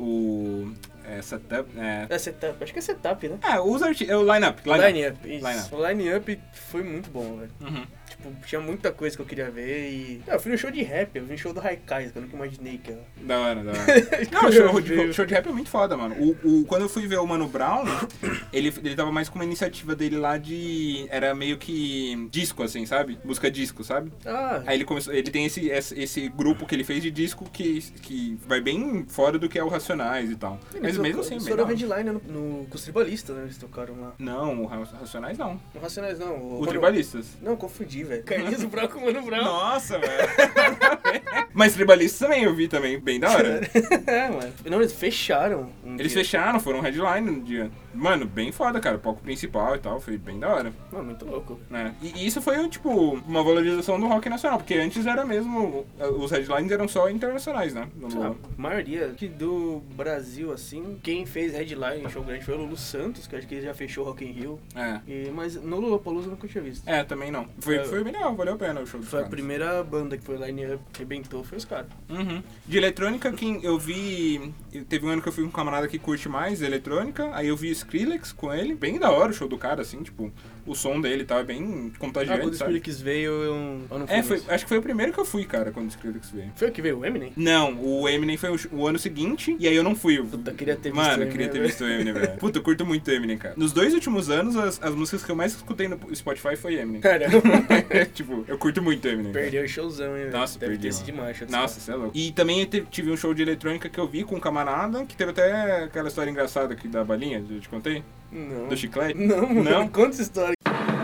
Setup, É setup. Acho que é setup, né? os artistas... O line-up. Line-up, isso. Line-up. O line-up foi muito bom, velho. Uhum. Tipo, tinha muita coisa que eu queria ver e... eu fui no show de rap, eu vi no show do Haikais, que eu nunca imaginei que... Da hora. Não, o show de rap é muito foda, mano. Quando eu fui ver o Mano Brown, ele tava mais com uma iniciativa dele lá de... Era meio que disco, assim, sabe? Música disco, sabe? Aí ele tem esse grupo que ele fez de disco que vai bem fora do que é o Racionais e tal. Mas mesmo assim, eles bem foram da hora. headliner com os tribalistas, né? Eles tocaram lá. Não, o Racionais não. No Racionais não. O Tribalistas. Não, confundi, velho. Carlinhos Brown com o Mano Brown. Nossa, velho. Mas Tribalistas também, eu vi também, bem da hora. Mano. Não, eles fecharam Eles dia. fecharam, foram headline no dia. Mano, bem foda, cara. Palco principal e tal, foi bem da hora. Mano, muito louco. Né? E isso foi, tipo, uma valorização do rock nacional, porque antes era mesmo, os headlines eram só internacionais, né? No Lula. A maioria aqui do Brasil, assim, quem fez headline em show grande foi o Lulu Santos, que eu acho que ele já fechou Rock in Rio. Mas no Lollapalooza eu nunca tinha visto. Também não. Foi bem legal, valeu a pena o show dos Foi a caras. primeira banda que foi line-up, arrebentou, foi os caras. Uhum. De eletrônica, quem eu vi... Teve um ano que eu fui com um camarada que curte mais eletrônica, aí eu vi Skrillex com ele, bem da hora o show do cara, assim, tipo, o som dele tava bem contagiante, Quando o sabe? Skrillex veio, eu não fui nisso. Acho que foi o primeiro que eu fui, cara, quando o Skrillex veio. Foi o que veio, o Eminem? Não, o Eminem foi o ano seguinte, e aí eu não fui. Puta, queria ter visto Mano, o eu Eminem, queria ter velho. visto o Eminem, velho. Puta, eu curto muito o Eminem, cara. Nos 2 últimos anos, as músicas que eu mais escutei no Spotify foi Eminem. Caramba, Tipo, eu curto muito o Eminem. cara. perdeu o showzão, hein, velho. Nossa, Deve perdi, ter sido mano. demais. show dos Nossa, você é louco. E também tive um show de eletrônica que eu vi com um camarada, que teve até aquela história engraçada aqui da balinha, eu te contei? caras. Não. Do chiclete? Não, Não? mano, conta essa história.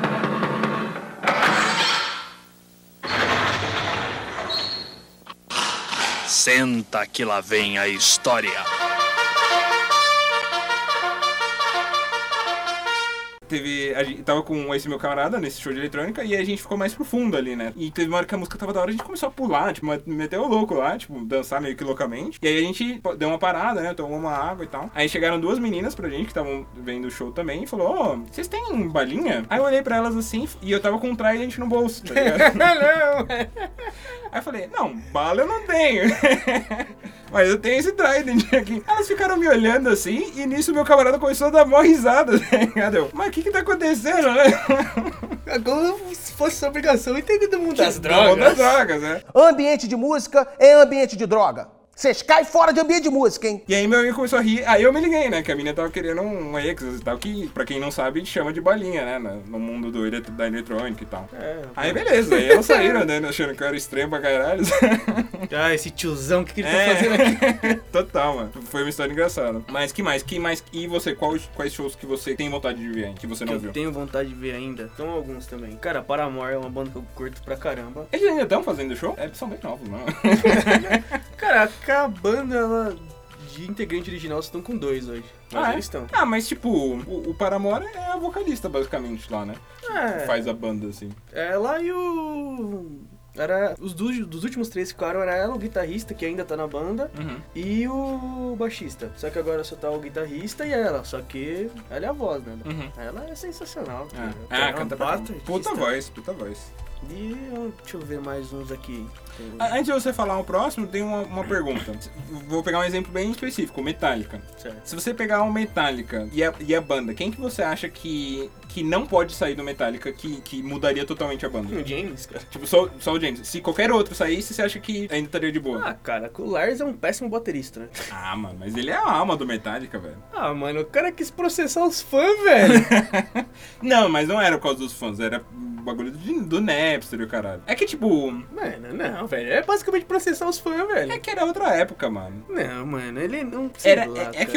Senta que lá vem a história. A gente tava com esse meu camarada nesse show de eletrônica e aí a gente ficou mais profundo ali, né? E teve uma hora que a música tava da hora, a gente começou a pular, tipo, meteu o louco lá, tipo, dançar meio que loucamente. E aí a gente deu uma parada, né? Tomou uma água e tal. Aí chegaram 2 meninas pra gente que estavam vendo o show também e falou: Ô, vocês têm balinha? Aí eu olhei pra elas assim e eu tava com um Trident no bolso, tá ligado? Não! Aí eu falei: não, bala eu não tenho. Mas eu tenho esse Trident aqui. Elas ficaram me olhando assim e nisso meu camarada começou a dar mó risada, tá ligado? Eu, mas o que tá acontecendo, né? Como se fosse sua obrigação entender do mundo das Do mundo das drogas. drogas, né? Ambiente de música é ambiente de droga. Vocês caem fora de ambiente de música, hein? E aí meu amigo começou a rir, aí eu me liguei, né? Que a menina tava querendo um Exas e tal, que pra quem não sabe chama de balinha, né? No mundo da eletrônica e tal. Aí beleza, aí elas saíram, né? Achando que eu era estranho pra caralho. Ah, esse tiozão, o que ele tá fazendo aqui? Total, mano. Foi uma história engraçada. Mas que mais? E você, quais shows que você tem vontade de ver, hein, que você não Que eu viu? tenho vontade de ver ainda. São alguns também. Cara, Paramore é uma banda que eu curto pra caramba. Eles ainda estão fazendo show? Eles são bem novos, mano. Cara, a banda, ela, de integrante original, estão com 2 hoje. Mas eles estão. Ah, mas tipo, o Paramore é a vocalista, basicamente, lá, né? É. Faz a banda, assim. Ela e o... dos últimos 3 ficaram, era ela, o guitarrista, que ainda tá na banda, Uhum. e o baixista. Só que agora só tá o guitarrista e ela. Só que ela é a voz, né? Uhum. Ela é sensacional. Canta pra basta caramba. Puta voz. E deixa eu ver mais uns aqui. Antes de você falar o próximo, tem uma pergunta. Vou pegar um exemplo bem específico, Metallica. Certo. Se você pegar o Metallica e a banda, quem que você acha que não pode sair do Metallica, que mudaria totalmente a banda? O James, cara. Tipo, só o James. Se qualquer outro saísse, você acha que ainda estaria de boa? Ah, cara, o Lars é um péssimo baterista, né? Ah, mano, mas ele é a alma do Metallica, velho. Ah, mano, o cara quis processar os fãs, velho. Não, mas não era por causa dos fãs, era bagulho do Napster e o caralho. É que, tipo... Mano, não, velho. É basicamente processar os fãs, velho. É que era outra época, mano. Não, mano, ele não... sei lá,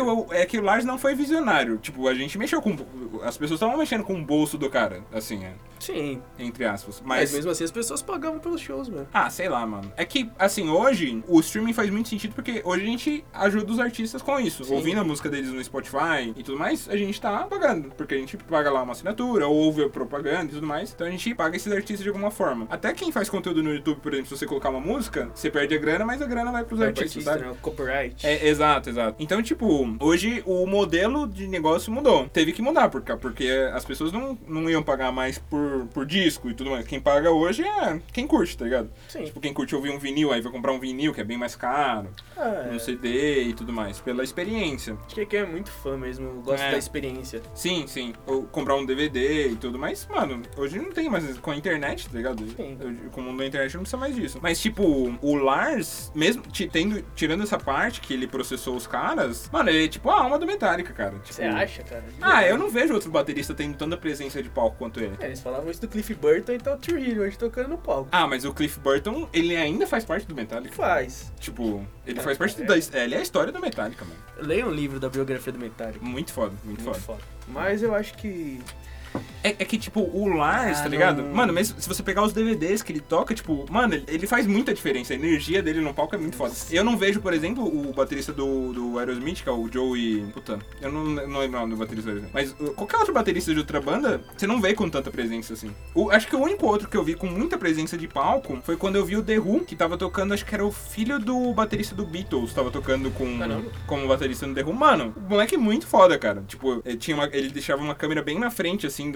É que o Lars não foi visionário. Tipo, a gente mexeu com... As pessoas estavam mexendo com o bolso do cara, assim, Sim. entre aspas. Mas mesmo assim as pessoas pagavam pelos shows, mano. Ah, sei lá, mano. É que, assim, hoje, o streaming faz muito sentido porque hoje a gente ajuda os artistas com isso. Sim. Ouvindo a música deles no Spotify e tudo mais, a gente tá pagando. Porque a gente paga lá uma assinatura, ouve a propaganda e tudo mais. Então a gente paga esses artistas de alguma forma. Até quem faz conteúdo no YouTube, por exemplo, se você colocar uma música, você perde a grana, mas a grana vai pros artistas, sabe? né? O copyright. É, exato. Então, tipo, hoje o modelo de negócio mudou. Teve que mudar, porque as pessoas não iam pagar mais por disco e tudo mais. Quem paga hoje é quem curte, tá ligado? Sim. Tipo, quem curte ouvir um vinil, aí vai comprar um vinil, que é bem mais caro, um CD e tudo mais, pela experiência. Acho que quem é muito fã mesmo, gosta da experiência. Sim. Ou comprar um DVD e tudo, mas, mano, hoje não tem mais com a internet, tá ligado? Sim. Com o mundo da internet não precisa mais disso. Mas, tipo, o Lars, mesmo tirando essa parte que ele processou os caras, mano, ele é tipo a alma do Metallica, cara. Tipo, Você acha, cara? eu não vejo outro baterista tendo tanta presença de palco quanto ele. É, eles falavam isso do Cliff Burton e tá o Trujillo hoje tocando no palco. Ah, mas o Cliff Burton, ele ainda faz parte do Metallica. Faz. Tipo, ele faz parte da... Ele é a história do Metallica, mano. Leia um livro da biografia do Metallica. Muito foda, muito foda. Mas eu acho que É que, tipo, o Lars, tá ligado? não. Mano, mesmo se você pegar os DVDs que ele toca, tipo, mano, ele faz muita diferença. A energia dele no palco é muito foda. Eu não vejo, por exemplo, o baterista do Aerosmith, que é o Joey... Puta, eu não lembro o nome do baterista do Aerosmith. Mas qualquer outro baterista de outra banda, você não vê com tanta presença, assim. Acho que o único outro que eu vi com muita presença de palco foi quando eu vi o The Who, que tava tocando, acho que era o filho do baterista do Beatles, tava tocando como baterista no The Who. Mano, o moleque é muito foda, cara. Tipo, ele deixava uma câmera bem na frente, assim,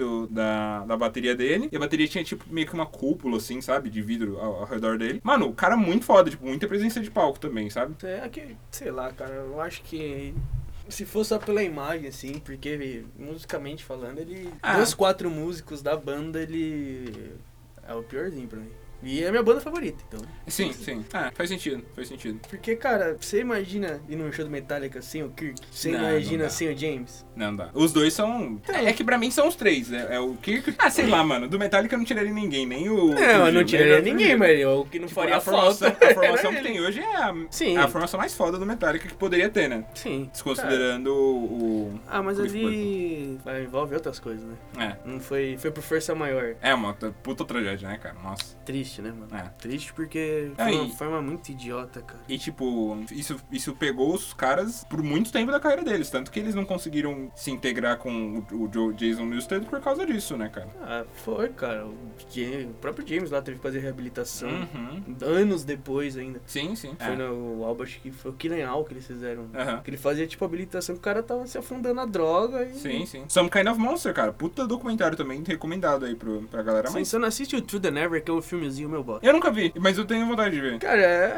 da bateria dele. E a bateria tinha, tipo, meio que uma cúpula, assim, sabe? De vidro ao redor dele. Mano, o cara é muito foda, tipo, muita presença de palco também, sabe? É que, sei lá, cara, eu acho que se fosse só pela imagem, assim, porque musicalmente falando, ele... Dos 4 músicos da banda, ele é o piorzinho pra mim. E é a minha banda favorita, então. Sim. Faz sentido. Porque, cara, você imagina ir num show do Metallica sem o Kirk? Você Não imagina dá. sem o James? Não dá. Os dois são... É que pra mim são os 3, né? É o Kirk... sei lá, mano. Do Metallica eu não tiraria ninguém, nem o... Não, eu não tiraria nem o ninguém, mas o que não Tipo, faria a formação, falta. a formação era que tem ele. hoje Sim. é a formação mais foda do Metallica que poderia ter, né? Sim. Desconsiderando o... Ah, mas Chris ali envolve outras coisas, né? É. Não foi por força maior. É uma puta tragédia, né, cara? Nossa. Triste, né, mano? É. Triste porque foi Aí. uma forma muito idiota, cara. E, tipo, isso pegou os caras por muito tempo da carreira deles. Tanto que eles não conseguiram se integrar com o Jason Newsted por causa disso, né, cara? Ah, foi, cara. O próprio James lá teve que fazer reabilitação. Uhum. Anos depois ainda. Sim. Foi no Albert, que foi o Killing All que eles fizeram. Aham. Que ele fazia, tipo, habilitação que o cara tava se afundando na droga e... Sim. Some Kind of Monster, cara. Puta documentário também recomendado aí pra galera. Sim, Mas você não assiste o True the Never, que é um filmezinho meu bosta. eu nunca vi, mas eu tenho vontade de ver. Cara,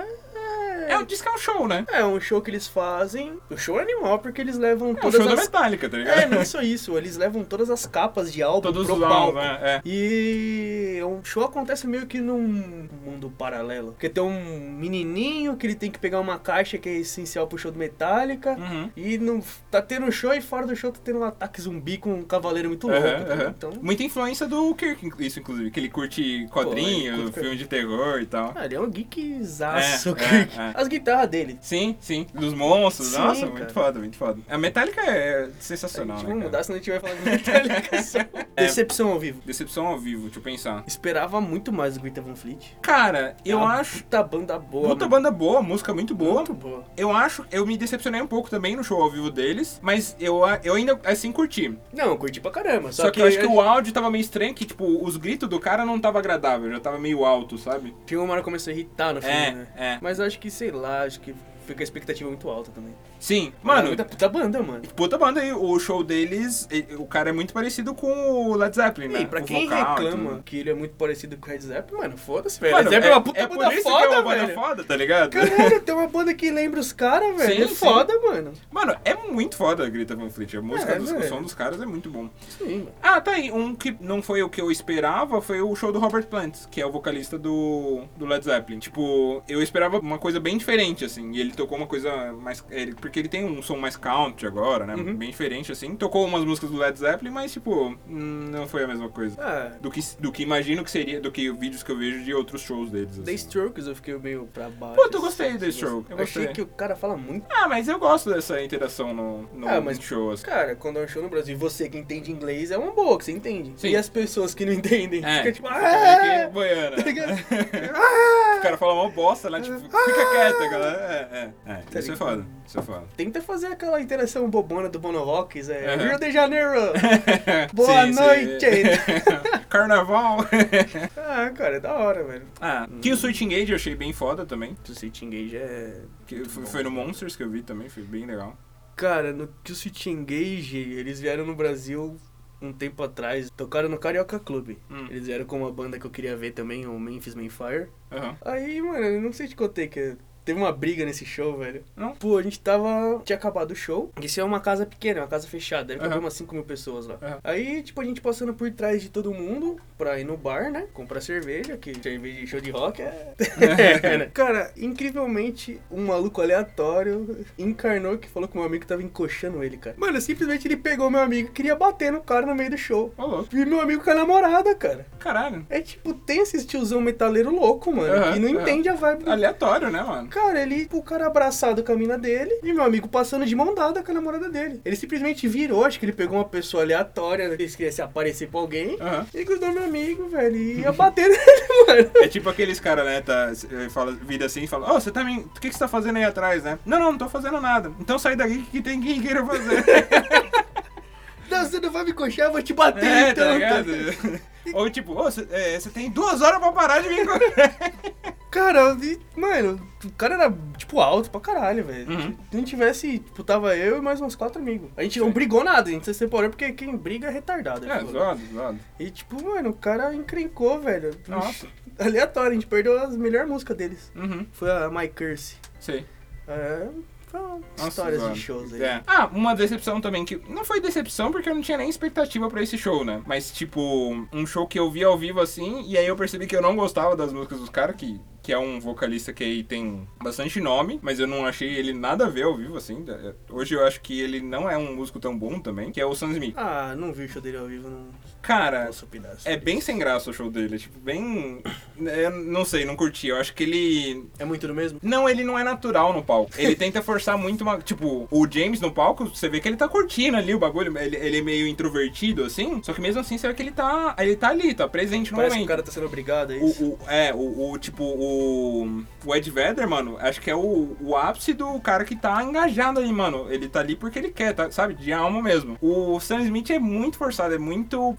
Diz que é um show, né? é um show que eles fazem. O show é animal porque eles levam É um todas show da as... Metallica, tá ligado? É, não só isso. Eles levam todas as capas de álbum Todos pro os palco. álbuns, né? E o show acontece meio que num mundo paralelo. Porque tem um menininho que ele tem que pegar uma caixa que é essencial pro show do Metallica. Uhum. E tá tendo show e fora do show tá tendo um ataque zumbi com um cavaleiro muito louco. Aham. Então, Muita influência do Kirk, isso, inclusive. Que ele curte quadrinhos, Pô, ele curte- filme de terror e tal. ele é um geekzaço, É, Kirk. é. As guitarras dele. Sim. Dos monstros. Sim, Nossa, cara. muito foda. A Metallica é A sensacional, gente né, vai cara? mudar, senão a gente vai falar de Metallica só. Decepção ao vivo. Decepção ao vivo, deixa eu pensar. Esperava muito mais do Greta Van Fleet. Cara, eu uma acho... Puta banda boa. Puta mano. banda boa, música muito boa. Muito boa. Eu me decepcionei um pouco também no show ao vivo deles, mas eu ainda, assim, curti. Não, eu curti pra caramba. Só que eu acho que o áudio tava meio estranho, que, tipo, os gritos do cara não tava agradável, já tava meio alto, sabe? Tinha uma hora que começou a irritar no filme, né? É. Mas eu acho que, sei lá, acho que fica a expectativa muito alta também. Sim, Mas é mano, muita puta banda, mano. puta banda aí, o show deles, o cara é muito parecido com o Led Zeppelin, né? E pra O quem vocal e reclama tudo. que ele é muito parecido com o Red Zeppelin, mano, foda-se, velho. Mano, Led Zeppelin é uma puta por banda isso foda, que é uma banda velho. foda, tá ligado? Caralho, tem uma banda que lembra os caras, velho. Sim, É sim. foda, mano. Mano, é muito foda a Greta Van Fleet, a música, o velho. som dos caras é muito bom. Sim, mano. Ah, tá aí, um que não foi o que eu esperava foi o show do Robert Plant, que é o vocalista do Led Zeppelin. Tipo, eu esperava uma coisa bem diferente, assim, e ele tocou uma coisa mais... porque ele tem um som mais country agora, né? Uhum. Bem diferente, assim. Tocou umas músicas do Led Zeppelin, mas, tipo, não foi a mesma coisa. Ah, Do que imagino que seria, do que vídeos que eu vejo de outros shows deles. The Assim. Strokes eu fiquei meio pra baixo. Pô, eu gostei assim, da Stroke, eu Eu achei gostei. que o cara fala muito. Ah, mas eu gosto dessa interação no Mas, show, assim. cara, quando é um show no Brasil, você que entende inglês é uma boa, que você entende. Sim. E as pessoas que não entendem, fica tipo... Fica boiando. Tá ligado? O cara fala uma bosta lá, tipo, fica quieto, galera. Tá Isso é foda, isso é foda. Tenta fazer aquela interação bobona do Bono Rocks, Uhum. Rio de Janeiro! Boa Sim, sim. noite! Carnaval. Ah, cara, é da hora, velho. Kill Switch Engage eu achei bem foda também. O City Engage é... Que foi no Monsters que eu vi também, foi bem legal. Cara, no que o City Engage, eles vieram no Brasil um tempo atrás, tocaram no Carioca Club. Eles vieram com uma banda que eu queria ver também, o Memphis Mayfire. Aham. Aí, mano, eu não sei te contei que teve uma briga nesse show, velho. Não? Pô, a gente tinha acabado o show. Isso é uma casa pequena, uma casa fechada. Deve caber Aham. umas 5 mil pessoas lá. Aham. Aí, tipo, a gente passando por trás de todo mundo pra ir no bar, né? Comprar cerveja, que cerveja de show de rock é... é, né? Cara, incrivelmente, um maluco aleatório encarnou que falou que o meu amigo tava encoxando ele, cara. Mano, simplesmente ele pegou meu amigo e queria bater no cara no meio do show. Ô, louco. E meu amigo com a namorada, cara. caralho. É tipo, tem esse tiozão metaleiro louco, mano, Aham, que não aham. entende a vibe do... Aleatório, né, mano? Cara, o cara abraçado com a mina dele e meu amigo passando de mão dada com a namorada dele. Ele simplesmente virou, acho que ele pegou uma pessoa aleatória, ele queria se aparecer pra alguém, Aham. ele grudou meu amigo, velho, e ia bater nele, mano. É tipo aqueles caras, né, vira assim e fala, você tá me... O que você tá fazendo aí atrás, né? Não tô fazendo nada. Então sai daqui que tem quem queira fazer. Não, você não vai me coxar, eu vou te bater, Tá então. ligado? Ou tipo, você tem 2 horas pra parar de vir Cara, mano, o cara era, tipo, alto pra caralho, velho. Uhum. Se não tivesse, tipo, tava eu e mais uns 4 amigos. A gente não brigou nada, a gente se separou porque quem briga é retardado. zoado. E, tipo, mano, o cara encrencou, velho. Nossa. Aleatório, a gente perdeu as melhores músicas deles. Uhum. Foi a My Curse. Sei. Foi Nossa, histórias zoado. de shows aí. É. Uma decepção também, que não foi decepção porque eu não tinha nem expectativa pra esse show, né? Mas, tipo, um show que eu vi ao vivo assim, e aí eu percebi que eu não gostava das músicas dos caras, que é um vocalista que aí tem bastante nome, mas eu não achei ele nada a ver ao vivo, assim. Hoje eu acho que ele não é um músico tão bom também, que é o Sam Smith. Ah, não vi o show dele ao vivo, não Cara, posso opinar sobre é bem isso. sem graça o show dele, é tipo, bem... Eu não sei, não curti. Eu acho que ele... É muito do mesmo? Não, ele não é natural no palco. Ele tenta forçar muito uma... Tipo, o James no palco, você vê que ele tá curtindo ali o bagulho. Ele é meio introvertido, assim. Só que mesmo assim, você vê que ele tá ali, tá presente no Parece que momento. o cara tá sendo obrigado, é isso? O Ed Vedder, mano, acho que é o ápice do cara que tá engajado ali, mano. Ele tá ali porque ele quer, tá, sabe? De alma mesmo. O Sam Smith é muito forçado, é muito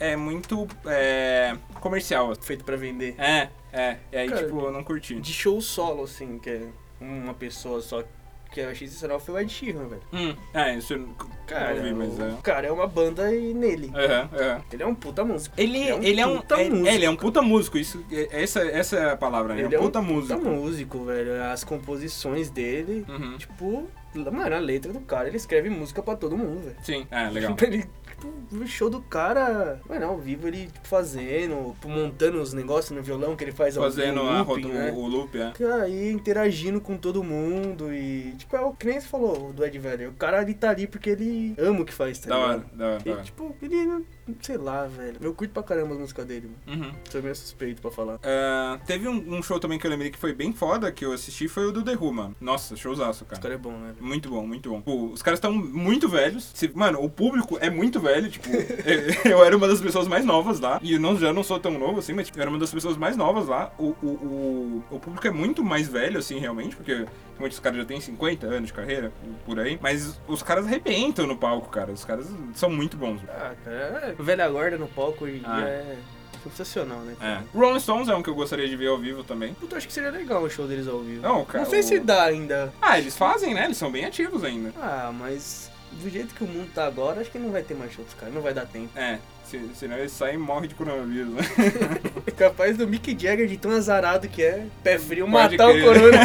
comercial. Feito pra vender. E aí, Cara, tipo, eu não curti. De show solo, assim, que é uma pessoa só que eu achei sensacional foi o Ed Sheeran, velho. Isso eu Cara, não ouvi, mas o cara é uma banda e nele. Ele é um puta músico. Ele é um puta músico, essa é a palavra, né? Ele é um puta músico. Puta músico, velho. As composições dele, Uhum. tipo, mano, a letra do cara, ele escreve música pra todo mundo, velho. Sim, legal. Ele, tipo, o show do cara, mano, ao vivo ele, tipo, fazendo, tipo, montando os negócios no violão que ele faz ao Fazendo looping, né? o loop, Aí interagindo com todo mundo e, tipo, é o que nem você falou do Ed Vedder. O cara ele tá ali porque ele ama o que faz, tá ligado? Da hora. E, tipo, ele, sei lá, velho. Eu curto pra caramba as músicas dele, mano. Uhum. Sou meio suspeito pra falar. Teve um show também que eu lembrei que foi bem foda, que eu assisti, foi o do The Who, mano. Nossa, showzaço, Esse cara. cara é bom, né? Muito bom, muito bom. Pô, os caras estão muito velhos. Mano, o público é muito velho, tipo... eu era uma das pessoas mais novas lá. E eu já não sou tão novo, assim, mas tipo, eu era uma das pessoas mais novas lá. O público é muito mais velho, assim, realmente, porque muitos caras já têm 50 anos de carreira, por aí. Mas os caras arrebentam no palco, cara. Os caras são muito bons. Ah, cara, velha guarda no palco e é sensacional, né? Cara? Rolling Stones é um que eu gostaria de ver ao vivo também. Puta, acho que seria legal o show deles ao vivo. Não, cara, Não sei se dá ainda. Eles fazem, né? Eles são bem ativos ainda. Ah, mas do jeito que o mundo tá agora, acho que não vai ter mais show dos caras, não vai dar tempo. Senão eles saem e morrem de coronavírus, né? É capaz do Mick Jagger, de tão azarado que é, pé frio, Pode matar crer. o corona.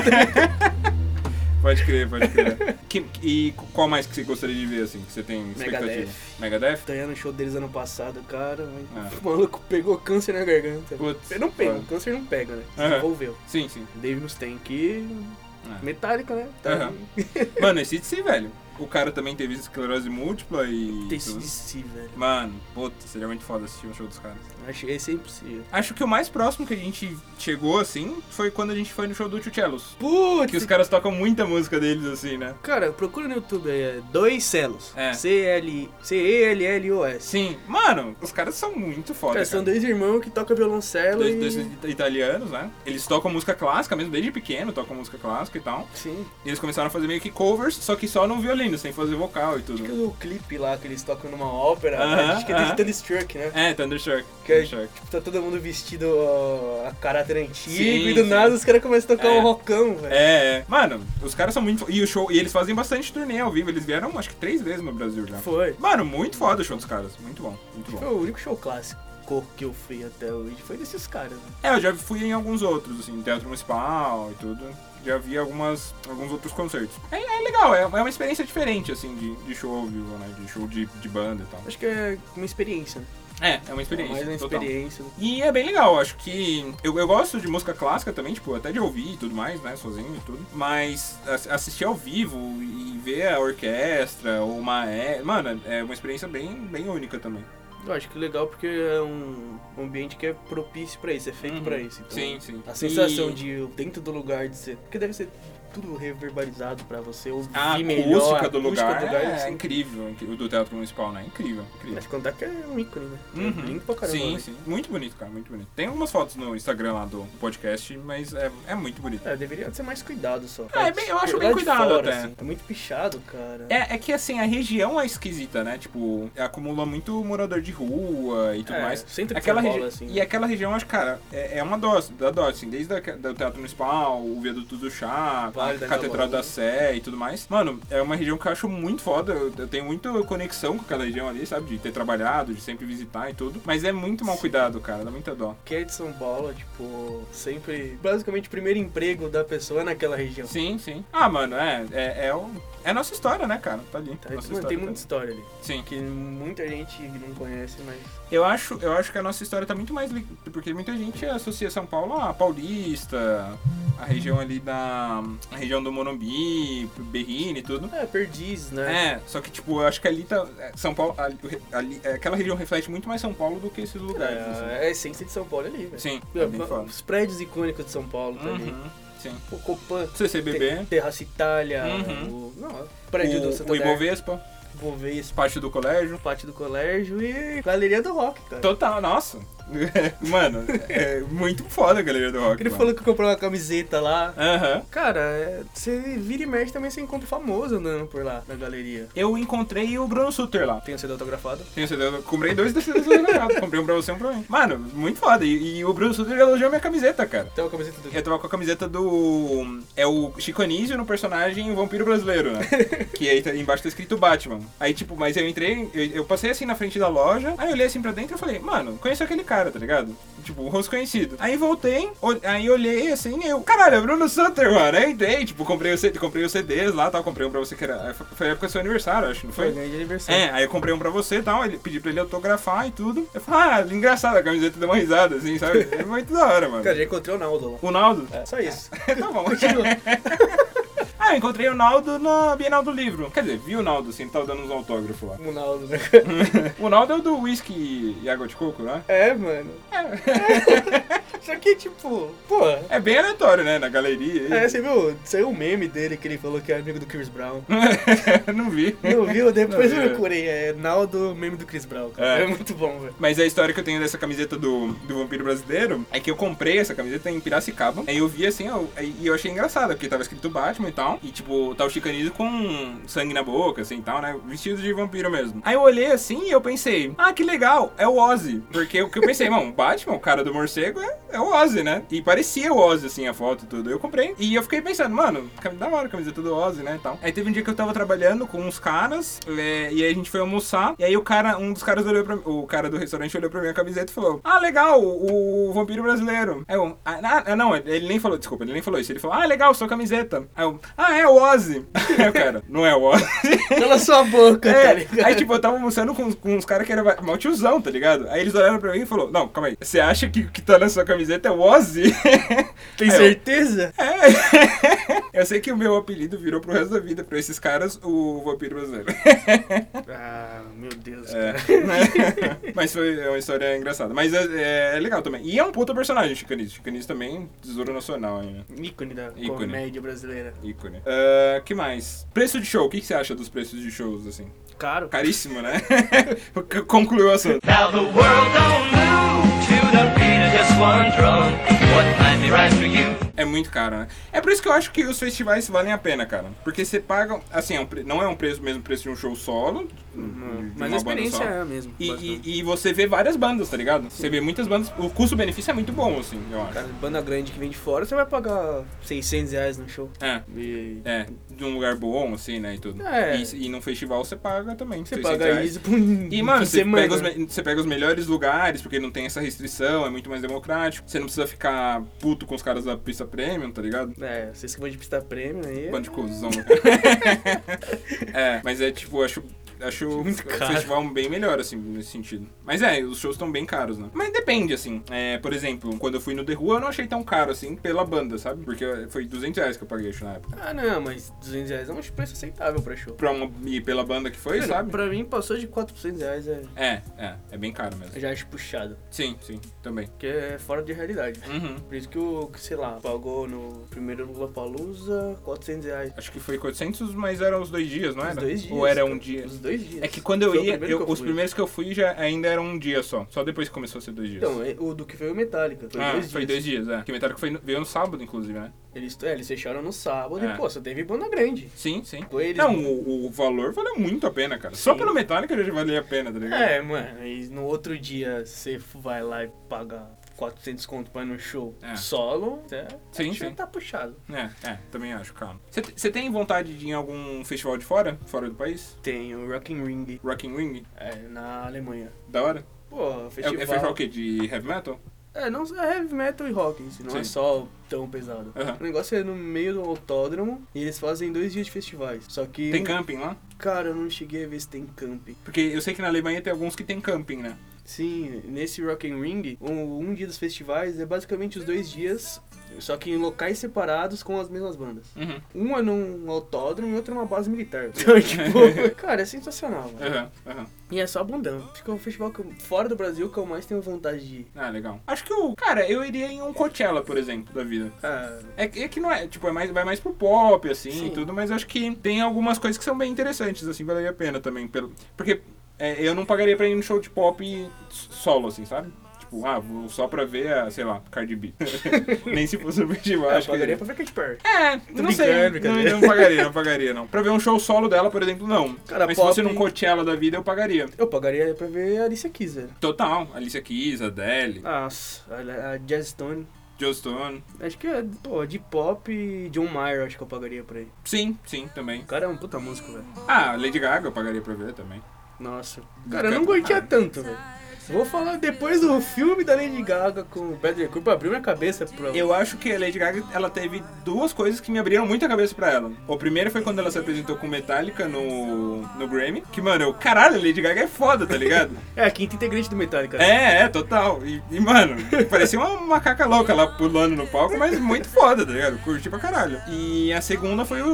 Pode crer. E qual mais que você gostaria de ver, assim, que você tem expectativa? Megadeth? Ganhando o show deles ano passado, cara, Ah. o maluco pegou câncer na garganta. Putz, Você não pega, foda. o câncer não pega, né? Aham. Desenvolveu. Sim. Dave Mustaine, que... É. Metallica, né? Tá Aham. Mano, esse de si, velho. O cara também teve esclerose múltipla e... Tem tudo. CDC, velho. Mano, puta, seria muito foda assistir um show dos caras. Acho que esse é impossível. Acho que o mais próximo que a gente chegou, assim, foi quando a gente foi no show do Chuchelos. Putz! Que os caras tocam muita música deles, assim, né? Cara, procura no YouTube aí, é Dois Celos. É. C-E-L-L-O-S. Sim. Mano, os caras são muito foda, Cara, cara. são dois irmãos que tocam violoncelo Dois e... italianos, né? Eles tocam música clássica mesmo, desde pequeno tocam música clássica e tal. Sim. E eles começaram a fazer meio que covers, só que só no violino, sem fazer vocal e Acho que tudo. o clipe lá que eles tocam numa ópera, Aham, acho que é de Thunderstruck, né? Thunderstruck. Que é, Thunderstruck. tipo, tá todo mundo vestido ó, a caráter antigo Sim, e do sim. nada os caras começam a tocar É. um rockão, velho. Mano, os caras são muito... E eles fazem bastante turnê ao vivo, eles vieram acho que 3 vezes no Brasil já. Foi. Mano, muito foda o show dos caras, muito bom, muito bom. Foi o único show clássico que eu fui até hoje, foi desses caras, né? Eu já fui em alguns outros, assim, Teatro Municipal e tudo. Já vi alguns outros concertos. É legal, é uma experiência diferente, assim, de show ao vivo, né? De show de banda e tal. Acho que é uma experiência, né? É uma experiência. Mais uma total. experiência. E é bem legal, acho que... Eu gosto de música clássica também, tipo, até de ouvir e tudo mais, né, sozinho e tudo. Mas assistir ao vivo e ver a orquestra ou uma... Mano, é uma experiência bem única também. Eu acho que legal porque é um ambiente que é propício pra isso, é feito pra isso. Então, Sim. a sensação de dentro do lugar de ser... Porque deve ser tudo reverberizado pra você ouvir A melhor. acústica do lugar é assim. incrível. O do Teatro Municipal, né? Incrível. Mas contar que é um ícone, né? É lindo pra caramba. Sim, né? sim. Muito bonito, cara, muito bonito. Tem algumas fotos no Instagram lá do podcast, mas é muito bonito. Deveria ser mais cuidado só. Eu acho Lá bem de cuidado fora, até. assim. É muito pichado, cara. É que assim, a região é esquisita, né? Tipo, acumula muito morador de rua e tudo mais. Centro de Aquela São Paulo, região. assim. E aquela região, acho, cara, é uma dose, assim, desde o Teatro Municipal, o Viaduto do Chá, Vale a da Catedral Gávea. da Sé e tudo mais. Mano, é uma região que eu acho muito foda. Eu tenho muita conexão com aquela região ali, sabe? De ter trabalhado, de sempre visitar e tudo. Mas é muito mal cuidado, cara, dá muita dó. Que é de São Paulo, tipo, sempre... Basicamente, o primeiro emprego da pessoa é naquela região. Sim. Ah, mano, é a nossa história, né, cara? Tá ali. Nossa Mano, história tem tá muita ali. história ali. Sim. Que muita gente não conhece, mas... Eu acho que a nossa história tá muito mais... Porque muita gente associa São Paulo a Paulista, a região ali a região do Morumbi, Berrini e tudo. Perdizes, né? Só que, tipo, eu acho que ali tá... São Paulo... Ali, aquela região reflete muito mais São Paulo do que esses lugares, assim. A essência de São Paulo é ali, velho. Sim, é bem foda. Os prédios icônicos de São Paulo tá ali. Sim. O Copan, CCBB. Terraça Itália, o prédio do O Santander, Ibovespa, Ibovespa, parte do colégio. Pátio do Colégio e Galeria do Rock, cara. Total, nossa. Mano, é muito foda a Galeria do Rock. Ele mano. falou que comprou uma camiseta lá. Aham. Cara, você vira e mexe também, você encontra famoso andando por lá, na galeria. Eu encontrei o Bruno Sutter lá. Tem o CD autografado. Tenho certeza, eu comprei 2 desses autografados. Comprei um pra você e um pra mim. Mano, muito foda. E o Bruno Sutter elogiou minha camiseta, cara. Tem uma camiseta do... Eu tava com a camiseta do... É o Chico Anísio no personagem O Vampiro Brasileiro, né? Que aí embaixo tá escrito Batman. Aí, tipo, mas eu entrei... Eu passei assim na frente da loja. Aí eu olhei assim pra dentro e falei, mano, conheço aquele cara, tá ligado? Tipo, um rosto conhecido. Aí voltei, aí olhei assim, caralho, é Bruno Sutter, mano. Aí entrei, tipo, comprei os CDs lá, tal. Comprei um pra você que era... Foi a época do seu aniversário, acho, não foi? Foi de aniversário. Aí eu comprei um pra você e tal, ele pedi pra ele autografar e tudo. Eu falei, engraçado, a camiseta deu uma risada, assim, sabe? É muito da hora, mano. Cara, já encontrei o Naldo lá. O Naldo? Só isso. Tá bom. Continua. Eu encontrei o Naldo na Bienal do Livro. Quer dizer, vi o Naldo, assim, ele tava dando uns autógrafos lá. O Naldo, né? O Naldo é o do whisky e água de coco, né? É, mano. Só que, tipo, pô... É bem aleatório, né? Na galeria. você viu? Saiu um meme dele que ele falou que é amigo do Chris Brown. Não vi. Não viu? Depois Não vi. eu procurei. É Naldo, meme do Chris Brown, cara. É muito bom, velho. Mas a história que eu tenho dessa camiseta do Vampiro Brasileiro é que eu comprei essa camiseta em Piracicaba. Aí eu vi assim, e eu achei engraçado, porque tava escrito Batman e tal. E tipo, tá o Chico Anísio com sangue na boca, assim e tal, né? Vestido de vampiro mesmo. Aí eu olhei assim e eu pensei, que legal, é o Ozzy. Porque o que eu pensei, mano, o Batman, o cara do morcego, é o Ozzy, né? E parecia o Ozzy, assim, a foto e tudo. Eu comprei. E eu fiquei pensando, mano, da hora a camiseta do Ozzy, né? E tal. Aí teve um dia que eu tava trabalhando com uns caras, e aí a gente foi almoçar. E aí um dos caras olhou pra mim, o cara do restaurante olhou pra minha camiseta e falou: legal, o Vampiro Brasileiro. Aí eu, não, ele nem falou, desculpa, ele nem falou isso. Ele falou, legal, sua camiseta. Aí eu, é o Ozzy. Aí o cara, não é o Ozzy. Cala sua boca, tá ligado? Aí, tipo, eu tava almoçando com uns caras que era mal tiozão, tá ligado? Aí eles olharam pra mim e falaram, não, calma aí, você acha que o que tá na sua camiseta é o Ozzy? Tem Aí certeza? Eu sei que o meu apelido virou pro resto da vida, pra esses caras, o Vampiro Brasileiro. Meu Deus, cara. Mas é uma história engraçada. Mas é legal também. E é um puta personagem, Chico Anísio. Chico Anísio também, tesouro nacional ainda. Ícone da Ícone. comédia brasileira. Ícone. Que mais? Preço de show. O que você acha dos preços de shows, assim? Caro. Caríssimo, né? Concluiu o assunto. Now the world don't move to the beat of just one drum. What might be right for you? É muito caro, né? É por isso que eu acho que os festivais valem a pena, cara. Porque você paga, assim, não é mesmo preço de um show solo. de Mas uma a experiência banda só. é a mesma. E você vê várias bandas, tá ligado? Você vê muitas bandas. O custo-benefício é muito bom, assim, eu acho. Cara, banda grande que vem de fora, você vai pagar R$600 no show. De um lugar bom, assim, né, e tudo. E num festival você paga também. Você 600 paga reais. isso por um E, mano, você semana. pega os melhores lugares, porque não tem essa restrição, é muito mais democrático. Você não precisa ficar puto com os caras da pista premium, tá ligado? Vocês que vão de pista premium aí. Bando de cuzão. Mas é tipo, eu acho Muito o caro. festival bem melhor, assim, nesse sentido. Mas os shows estão bem caros, né? Mas depende, assim. Por exemplo, quando eu fui no The Who, eu não achei tão caro, assim, pela banda, sabe? Porque foi R$200 que eu paguei, acho, na época. Ah, não, mas R$200 é um preço aceitável pra show. E pela banda que foi, Mano, sabe? Pra mim, passou de R$400 É bem caro mesmo. eu já acho puxado. Sim, também. Porque é fora de realidade. Uhum. Por isso que o, sei lá, pagou no primeiro Lollapalooza R$400. Acho que foi 400, mas eram os 2 dias, não Os era? 2 dias. Ou era cara. um dia? Os 2 dias. É que quando eu Foi o ia, primeiro que eu os fui. primeiros que eu fui já ainda eram um dia só. Só depois que começou a ser 2 dias. Então, o do que foi o Metallica. Foi 2 dias. foi 2 dias, é. Que o Metallica veio no sábado, inclusive, né? Eles fecharam no sábado É. e, pô, só teve banda grande. Sim. Foi eles. Não, o valor valeu muito a pena, cara. Só Sim. pelo Metallica já valia a pena, tá ligado? É, mano, e no outro dia você vai lá e paga 400 conto pra ir no show solo, Sim, acho que sim. tá puxado. Também acho, calma. Você tem vontade de ir em algum festival de fora do país? Tem o Rock in Ring, Rock in Ring? na Alemanha. Da hora? Pô, festival... É festival o quê? De heavy metal? Não é heavy metal e rock, isso não Sim. é só tão pesado. Aham. O negócio é no meio do autódromo e eles fazem 2 dias de festivais. Só que... Tem camping lá? Cara, eu não cheguei a ver se tem camping. Porque eu sei que na Alemanha tem alguns que tem camping, né? Sim, nesse Rock in Ring, um dia dos festivais é basicamente os 2 dias, só que em locais separados com as mesmas bandas. Uhum. Um é num autódromo e outro é numa base militar. Então, tipo, cara, é sensacional, velho. Aham. E é só bundão. Acho que é o festival fora do Brasil que eu mais tenho vontade de ir. Ah, legal. Acho que cara, eu iria em um Coachella, por exemplo, da vida. É que não é, tipo, vai mais pro pop, assim, Sim. e tudo, mas acho que tem algumas coisas que são bem interessantes, assim, valeria a pena também. Porque eu não pagaria pra ir no show de pop solo, assim, sabe? Tipo, vou só pra ver sei lá, Cardi B. Nem se fosse no festival, Eu acho pagaria que... pra ver Katy Perry. Não sei. brincadeira. Não pagaria, não. Pra ver um show solo dela, por exemplo, não. Cara, mas pop- se fosse num Coachella da vida, eu pagaria. Eu pagaria pra ver a Alicia Keys, velho. Total. Alicia Keys, Adele, Nossa, a Jazz Stone. Joe Stone. Acho que de pop e John Mayer, acho que eu pagaria pra ir. Sim, também. O cara é um puta músico, velho. Lady Gaga eu pagaria pra ver também. Nossa. Cara, eu não curtia tanto, velho. Vou falar depois do filme da Lady Gaga com o Bradley Cooper, abriu minha cabeça pra... Eu acho que a Lady Gaga, ela teve 2 coisas que me abriram muito a cabeça pra ela. O primeiro foi quando ela se apresentou com Metallica no Grammy. Que, mano, caralho, a Lady Gaga é foda, tá ligado? É a quinta integrante do Metallica. Né? Total. E, mano, parecia uma macaca louca lá pulando no palco, mas muito foda, tá ligado? Curti pra caralho. E a segunda foi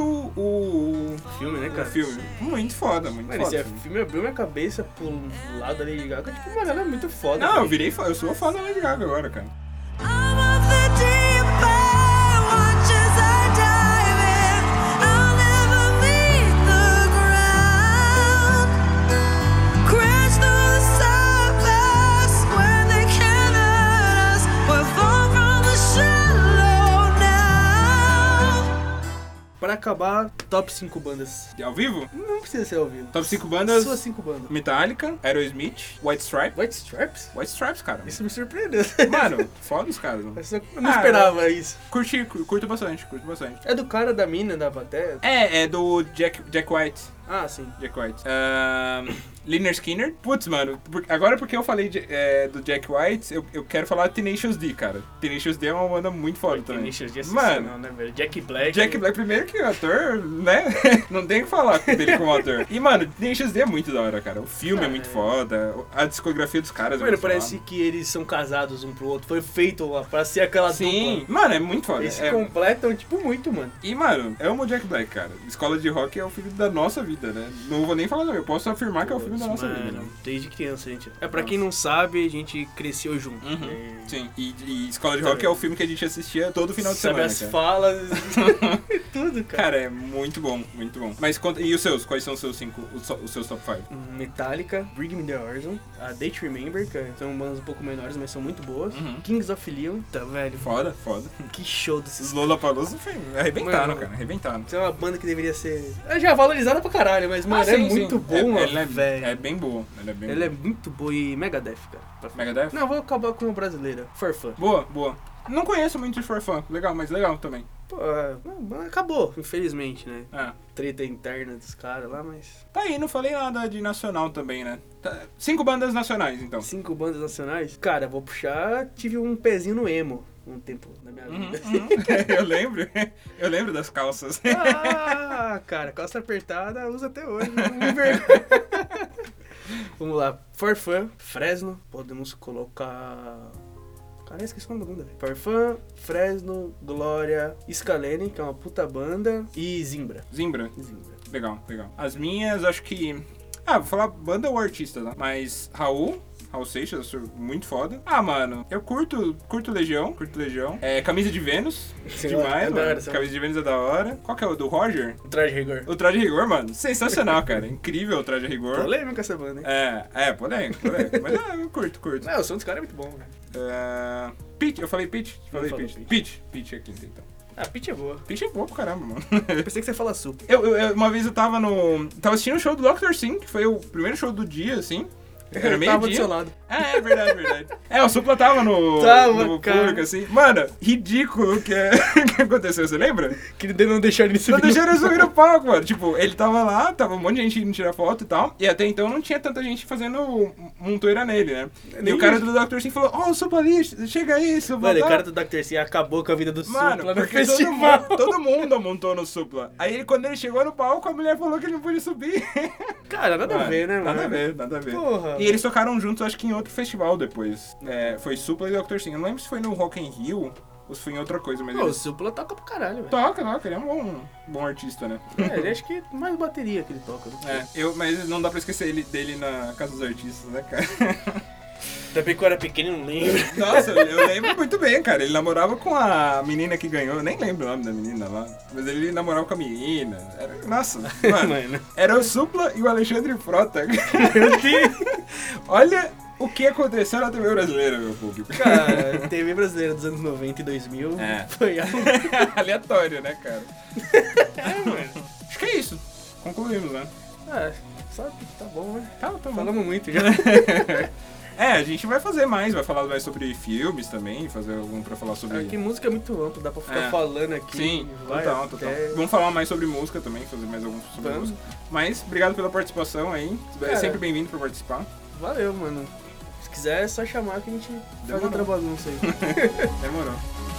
o Filme, né, cara? o filme. Muito foda, muito Mano, foda. esse filme abriu minha cabeça pro lado da Lady Gaga. Tipo, mano, ela é muito foda. Não, velho. eu virei fã, eu sou fã da Lady Gaga agora, cara. I'm of the deep end, watch as I dive in. I'll never meet the ground. Crash through the surface when they can't hurt us. We're far from the shallow now. Pra acabar, top 5 bandas. Ao vivo? Não precisa ser ao vivo. Top 5 bandas: Suas 5 bandas. Metallica, Aerosmith, White Stripes. White Stripes? White Stripes, cara. Isso me surpreendeu. Mano, foda os caras. Mano. Eu não esperava isso. Curto bastante. É do cara da mina da bateria? É do Jack White. Ah, sim. Jack White. Lynyrd Skynyrd. Putz, mano, agora porque eu falei do Jack White, eu quero falar de Tenacious D, cara. Tenacious D é uma banda muito foda também. Tenacious D é Mano, sensacional, né, velho? Jack Black. Jack Black, primeiro que o ator, né? Não tem o que falar dele como ator. E, mano, Tenacious D é muito da hora, cara. O filme é muito foda, a discografia dos caras é Mano, muito parece foda. que eles são casados um pro outro. Foi feito pra ser aquela Sim, dupla. mano, é muito foda. Eles se completam, tipo, muito, mano. E, mano, eu amo o Jack Black, cara. Escola de Rock é o filme da nossa vida, né? Não vou nem falar, não. Eu posso afirmar que é o filme da nossa vida. Né? Desde criança, gente. Pra quem não sabe, a gente cresceu junto. Sim, e Escola de Rock é o filme que a gente assistia todo final de Sabe semana, as cara. falas, tudo, cara. Cara, é muito bom, muito bom. Mas e os seus? Quais são os seus 5, os seus top 5? Metallica, Bring Me The Horizon, a Day to Remember, que são bandas um pouco menores, mas são muito boas. Kings of Leon, tá, velho? Foda. Que show Os desses Lollapalooza arrebentaram, Mano, cara, arrebentaram. é uma banda que deveria ser já valorizada pra caralho, mas, mano, é muito boa, velho. É bem boa. Ela é muito boa e Megadeth, cara. Megadeth? Não, vou acabar com uma brasileira, Forfã. Boa. Não conheço muito de Forfã, legal, mas legal também. Pô, acabou, infelizmente, né? É. Treta interna dos caras lá, mas... Tá aí, não falei nada de nacional também, né? 5 bandas nacionais, então. 5 bandas nacionais? Cara, vou puxar, tive um pezinho no emo um tempo na minha vida. Eu lembro das calças. Ah, cara, calça apertada usa até hoje. Não me envergonha. Vamos lá. Farfã, Fresno, podemos colocar... Cara, esqueci o nome da banda, velho. Farfã, Fresno, Glória, Scalene, que é uma puta banda, e Zimbra. Zimbra. Legal, legal. As minhas, acho que... vou falar banda ou artista, tá? Mas Raul Seixas, eu sou muito foda. Mano, eu curto Legião. Camisa de Vênus, demais, mano. Camisa de Vênus é da hora. Qual que é o do Roger? O Traje Rigor. O Traje Rigor, mano, sensacional, cara. Incrível o Traje Rigor. Polêmico essa banda, hein? Polêmico. Mas eu curto. Não, o som dos caras é muito bom, velho. Pitch, eu falei Pitch? Falei falou Pitch. Pitch é quinta, então. Pitch é boa. Pitch é boa pra caramba, mano. Eu pensei que você ia falar super. Uma vez eu tava assistindo o show do Dr. Sim, que foi o primeiro show do dia, assim. Era meio tava do dia. seu lado. É verdade. O Supla tava no público, assim. Mano, ridículo o que aconteceu, você lembra? Que ele não deixaram ele subir. Não deixaram ele subir no palco, mano. Tipo, ele tava lá, tava um monte de gente indo tirar foto e tal. E até então não tinha tanta gente fazendo montoeira nele, né? E o cara do Dr. Sim falou, o Supla ali, chega aí, Supla. Mano, o cara do Dr. Sim acabou com a vida do Supla no porque festival. Todo mundo montou no Supla. Aí quando ele chegou no palco, a mulher falou que ele não podia subir. Cara, nada a ver, né, mano? Nada a ver. Porra. E eles tocaram juntos, acho que em outro festival depois. Foi Supla e Dr. Sim. Eu não lembro se foi no Rock in Rio ou se foi em outra coisa, mas Pô, o eles... Supla toca pra caralho, velho. Toca, ele é um bom artista, né? Ele acho que mais bateria que ele toca. Mas não dá pra esquecer dele na Casa dos Artistas, né, cara? Também quando eu era pequeno, eu não lembro. Nossa, eu lembro muito bem, cara. Ele namorava com a menina que ganhou, eu nem lembro o nome da menina lá, mas ele namorava com a menina. Nossa, mano, era o Supla e o Alexandre Frota. Meu Deus! Olha o que aconteceu na TV brasileira, meu público. Cara, TV brasileira dos anos 90 e 2000 foi algo aleatório, né, cara? Mano. Acho que é isso. Concluímos, né? Sabe? Tá bom, né? Tá bom. Falamos muito já. A gente vai fazer mais, vai falar mais sobre filmes também, fazer algum pra falar sobre... Que música é muito ampla, dá pra ficar falando aqui. Sim, total. Vamos falar mais sobre música também, fazer mais alguns sobre música. Mas, obrigado pela participação aí, é sempre bem-vindo pra participar. Valeu, mano. Se quiser, é só chamar que a gente faz outra bagunça aí. Demorou.